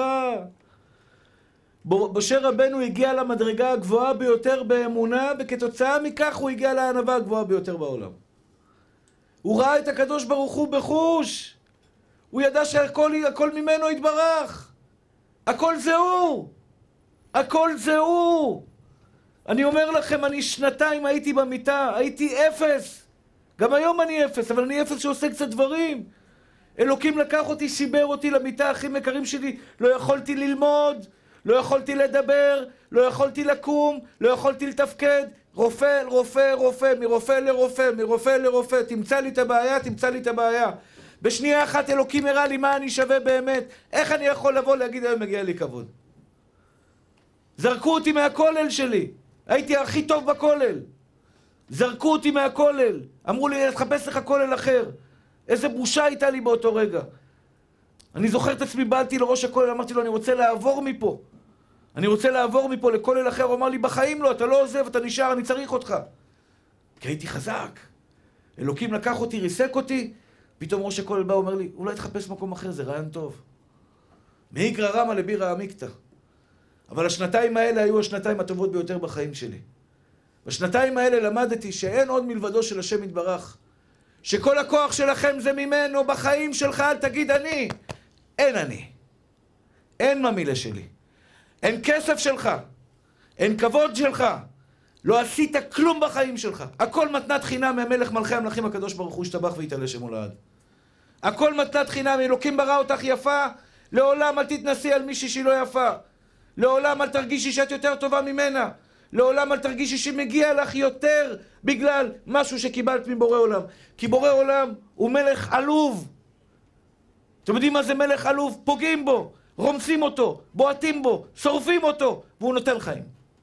משה רבנו הגיע למדרגה הגבוהה ביותר באמונה, וכתוצאה מכך הוא הגיע לענווה הגבוהה ביותר בעולם. הוא ראה את הקדוש ברוך הוא בחוש. הוא ידע שהכל הכל ממנו התברך. הכל זה הוא. הכל זה הוא. אני אומר לכם, אני שנתיים הייתי במיטה, הייתי אפס. גם היום אני אפס, אבל אני אפס שעושה קצת דברים. אלוקים לקח אותי, שיבר אותי למיטה, אחים יקרים שלי. לא יכולתי ללמוד, לא יכולתי לדבר, לא יכולתי לקום, לא יכולתי לתפקד. רופא, רופא, רופא, מרופא לרופא, מרופא לרופא. תמצא לי את הבעיה, תמצא לי את הבעיה. בשנייה אחת אלוקים הראה לי מה אני שווה באמת. איך אני יכול לבוא להגיד, היום מגיע לי כבוד. זרקו אותי מהכולל שלי. הייתי הכי טוב בכולל. זרקו אותי מהכולל. אמרו לי, תחפש לך כולל אחר. איזה בושה הייתה לי באותו רגע. אני זוכר את עצמי, באתי לראש הכולל, אמרתי לו, אני רוצה לעבור מפה. אני רוצה לעבור מפה לכולל אחר. הוא אמר לי, בחיים לא, אתה לא עוזב, אתה נשאר, אני צריך אותך. כי הייתי חזק. אלוקים לקח אותי, ריסק אותי. פתאום ראש הכולל בא, אומר לי, אולי תחפש מקום אחר, זה רעיון טוב. מאיגרא רמא לבירא עמיקתא. אבל השנתיים האלה היו השנתיים הטובות ביותר בחיים שלי. בשנתיים האלה למדתי שאין עוד מלבדו של השם יתברך. שכל הכוח שלכם זה ממנו, בחיים שלך אל תגיד אני. אין אני. אין ממילה שלי. אין כסף שלך. אין כבוד שלך. לא עשית כלום בחיים שלך. הכל מתנת חינם מהמלך מלכי המלכים הקדוש ברוך הוא ישתבח ויתעלה שמו לעד. הכל מתנת חינם, אלוקים ברא אותך יפה, לעולם אל תתנסי על מישהי שהיא לא יפה. לעולם אל תרגישי שאת יותר טובה ממנה. לעולם אל תרגישי שמגיע לך יותר בגלל משהו שקיבלת מבורא עולם. כי בורא עולם הוא מלך עלוב. אתם יודעים מה זה מלך עלוב? פוגעים בו, רומסים אותו, בועטים בו, שורפים אותו, והוא נותן חיים.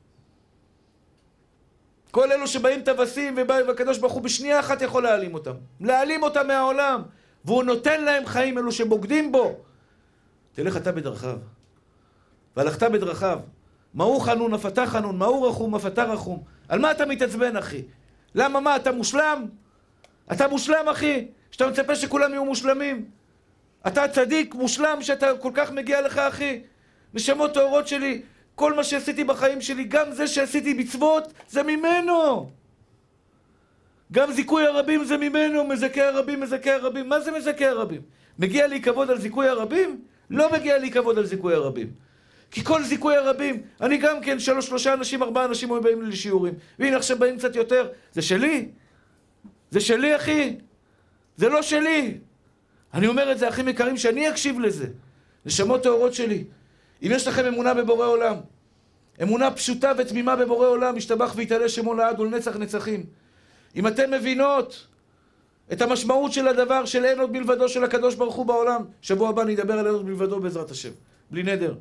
כל אלו שבאים טווסים ובאים והקדוש ברוך הוא בשנייה אחת יכול להעלים אותם. להעלים אותם מהעולם. והוא נותן להם חיים, אלו שבוגדים בו. תלך אתה בדרכיו. והלכת בדרכיו. מהו חנון, אף אתה חנון, מהו רחום, אף אתה רחום. על מה אתה מתעצבן, אחי? למה, מה, אתה מושלם? אתה מושלם, אחי? שאתה מצפה שכולם יהיו מושלמים? אתה צדיק, מושלם, שאתה כל כך מגיע לך, אחי? נשמות טהורות שלי, כל מה שעשיתי בחיים שלי, גם זה שעשיתי מצוות, זה ממנו. גם זיכוי הרבים זה ממנו, מזכה הרבים, מזכה הרבים. מה זה מזכה הרבים? מגיע לי כבוד על זיכוי הרבים? לא מגיע לי כבוד על זיכוי הרבים. כי כל זיכוי הרבים, אני גם כן, שלוש, שלושה אנשים, ארבעה אנשים היו באים לי לשיעורים. והנה עכשיו באים קצת יותר. זה שלי? זה שלי, אחי? זה לא שלי. אני אומר את זה, אחים יקרים, שאני אקשיב לזה. נשמות טהורות שלי. אם יש לכם אמונה בבורא עולם, אמונה פשוטה ותמימה בבורא עולם, ישתבח ויתעלה שמו לעד ולנצח נצחים. אם אתם מבינות את המשמעות של הדבר של אין עוד מלבדו של הקדוש ברוך הוא בעולם, שבוע הבא נדבר על אין עוד מלבדו בעזרת השם. בלי נדר.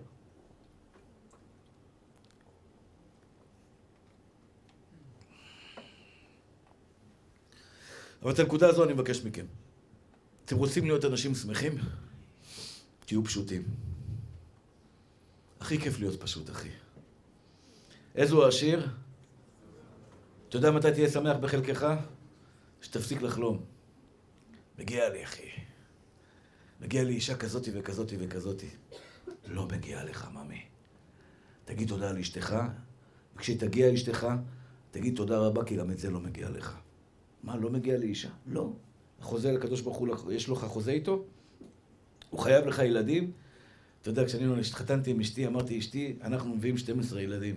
אבל את הנקודה הזו אני מבקש מכם. אתם רוצים להיות אנשים שמחים? תהיו פשוטים. הכי כיף להיות פשוט, אחי. איזו השיר? אתה יודע מתי תהיה שמח בחלקך? שתפסיק לחלום. מגיע לי, אחי. מגיע לי אישה כזאתי וכזאתי וכזאתי. לא מגיע לך, ממי. תגיד תודה לאשתך, וכשתגיע אשתך, תגיד תודה רבה, כי גם את זה לא מגיע לך. מה, לא מגיע לאישה? לא. החוזה לקדוש ברוך הוא, יש לך חוזה איתו? הוא חייב לך ילדים? אתה יודע, כשאני לא התחתנתי עם אשתי, אמרתי, אשתי, אנחנו מביאים שנים עשר ילדים.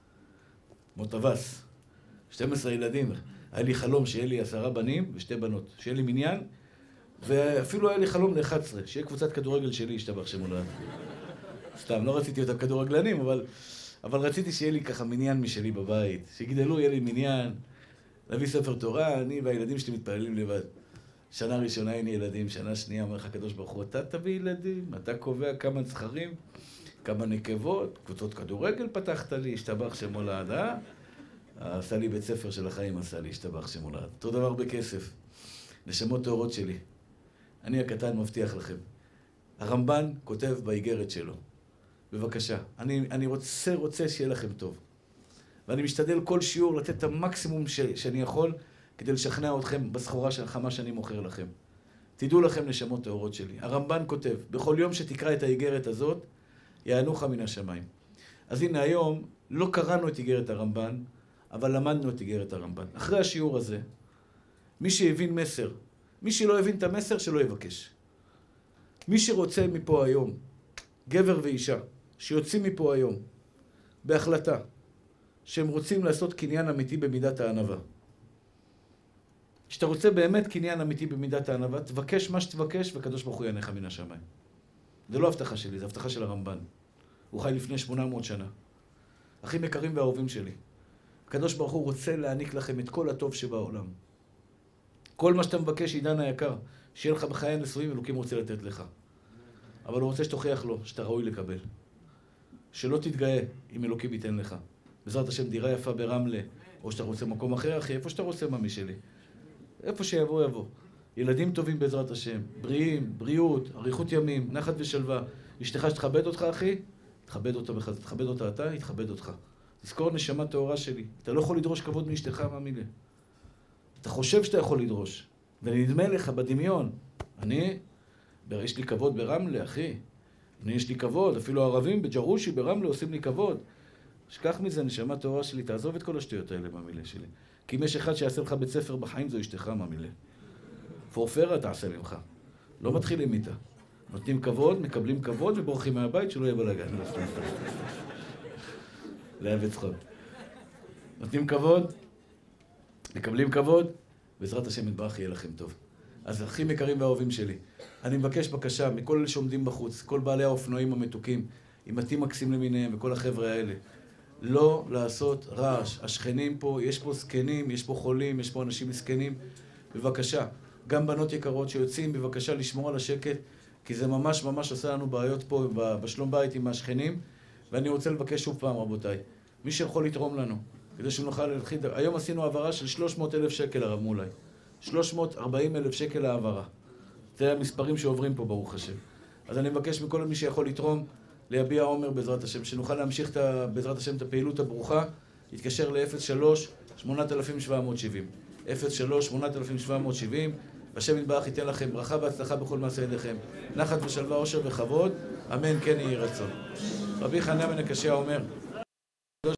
מוטבס. שנים עשר ילדים. היה לי חלום שיהיה לי עשרה בנים ושתי בנות. שיהיה לי מניין, ואפילו היה לי חלום ל-אחת עשרה, שיהיה קבוצת כדורגל שלי, ישתבח שמו לעד. סתם, לא רציתי אותם כדורגלנים, אבל, אבל רציתי שיהיה לי ככה מניין משלי בבית. שיגדלו, יהיה לי מניין, להביא ספר תורה, אני והילדים שלי מתפללים לבד. שנה ראשונה אין לי ילדים, שנה שנייה אומר לך הקדוש ברוך הוא, אתה תביא ילדים, אתה קובע כמה זכרים, כמה נקבות, קבוצות כדורגל פתחת לי, ישתבח שמו לעד, אה? עשה לי בית ספר של החיים, עשה לי, ישתבח שמו לעד. אותו דבר בכסף. נשמות טהורות שלי. אני הקטן מבטיח לכם. הרמב"ן כותב באיגרת שלו. בבקשה, אני, אני רוצה, רוצה שיהיה לכם טוב. ואני משתדל כל שיעור לתת את המקסימום ש, שאני יכול כדי לשכנע אתכם בסחורה שלך, מה שאני מוכר לכם. תדעו לכם נשמות טהורות שלי. הרמב"ן כותב, בכל יום שתקרא את האיגרת הזאת, יענוך מן השמיים. אז הנה היום, לא קראנו את איגרת הרמב"ן, אבל למדנו את איגרת הרמב"ן. אחרי השיעור הזה, מי שהבין מסר, מי שלא הבין את המסר, שלא יבקש. מי שרוצה מפה היום, גבר ואישה, שיוצאים מפה היום, בהחלטה, שהם רוצים לעשות קניין אמיתי במידת הענווה. כשאתה רוצה באמת קניין אמיתי במידת הענווה, תבקש מה שתבקש, והקדוש ברוך הוא יענך מן השמיים. זה לא הבטחה שלי, זה הבטחה של הרמב"ן. הוא חי לפני שמונה מאות שנה. אחים יקרים ואהובים שלי. הקדוש ברוך הוא רוצה להעניק לכם את כל הטוב שבעולם. כל מה שאתה מבקש, עידן היקר, שיהיה לך בחיי הנשואים, אלוקים רוצה לתת לך. אבל הוא רוצה שתוכיח לו שאתה ראוי לקבל. שלא תתגאה אם אלוקים ייתן לך. בעזרת השם דירה יפה ברמלה, או שאתה רוצה מקום אחר, אחי, איפה שאתה רוצה, ממי שלי. איפה שיבוא, יבוא. ילדים טובים בעזרת השם, בריאים, בריאות, אריכות ימים, נחת ושלווה. אשתך שתכבד אותך, אחי, תכבד אותה, תכבד אותה אתה, היא תכבד אותך. תזכור נשמה טהורה שלי. אתה לא יכול לדרוש כבוד מאשתך, מאמי לי. אתה חושב שאתה יכול לדרוש. ונדמה לך בדמיון. אני, יש לי כבוד ברמלה, אחי. אני, יש לי כבוד. אפילו הערבים בג'רושי, ברמלה, עושים לי כבוד. שכח מזה, נשמה טהורה שלי. תעזוב את כל השטויות האלה, מאמי לי שלי. כי אם יש אחד שיעשה לך בית ספר בחיים, זו אשתך, מאמי לי. פורפרה תעשה ממך. לא מתחילים איתה. נותנים כבוד, מקבלים כבוד ובורחים מהבית שלא יהיה בלגן. להב צחוק. נותנים כבוד, מקבלים כבוד, בעזרת השם יתברך יהיה לכם טוב. אז אחים יקרים ואהובים שלי, אני מבקש בקשה מכל אלה שעומדים בחוץ, כל בעלי האופנועים המתוקים, עם מתים מקסים למיניהם וכל החבר'ה האלה, לא לעשות רעש. השכנים פה, יש פה זקנים, יש פה חולים, יש פה אנשים מסכנים. בבקשה, גם בנות יקרות שיוצאים, בבקשה לשמור על השקט, כי זה ממש ממש עושה לנו בעיות פה בשלום בית עם השכנים. ואני רוצה לבקש שוב פעם, רבותיי, מי שיכול לתרום לנו, כדי שנוכל להתחיל... היום עשינו העברה של שלוש מאות אלף שקל, הרב מולי. שלוש מאות וארבעים אלף שקל העברה. זה המספרים שעוברים פה, ברוך השם. אז אני מבקש מכל מי שיכול לתרום, להביע עומר בעזרת השם, שנוכל להמשיך את, בעזרת השם את הפעילות הברוכה, יתקשר ל-אפס שלוש שמונה אלף שבע מאות שבעים. אפס שלוש שמונה אלף שבע מאות שבעים. השם יתברך ייתן לכם ברכה והצלחה בכל מעשה ידיכם. נחת ושלווה, עושר וכבוד. אמן כן יהי רצון. רבי חנניה בן הקשיא אומר,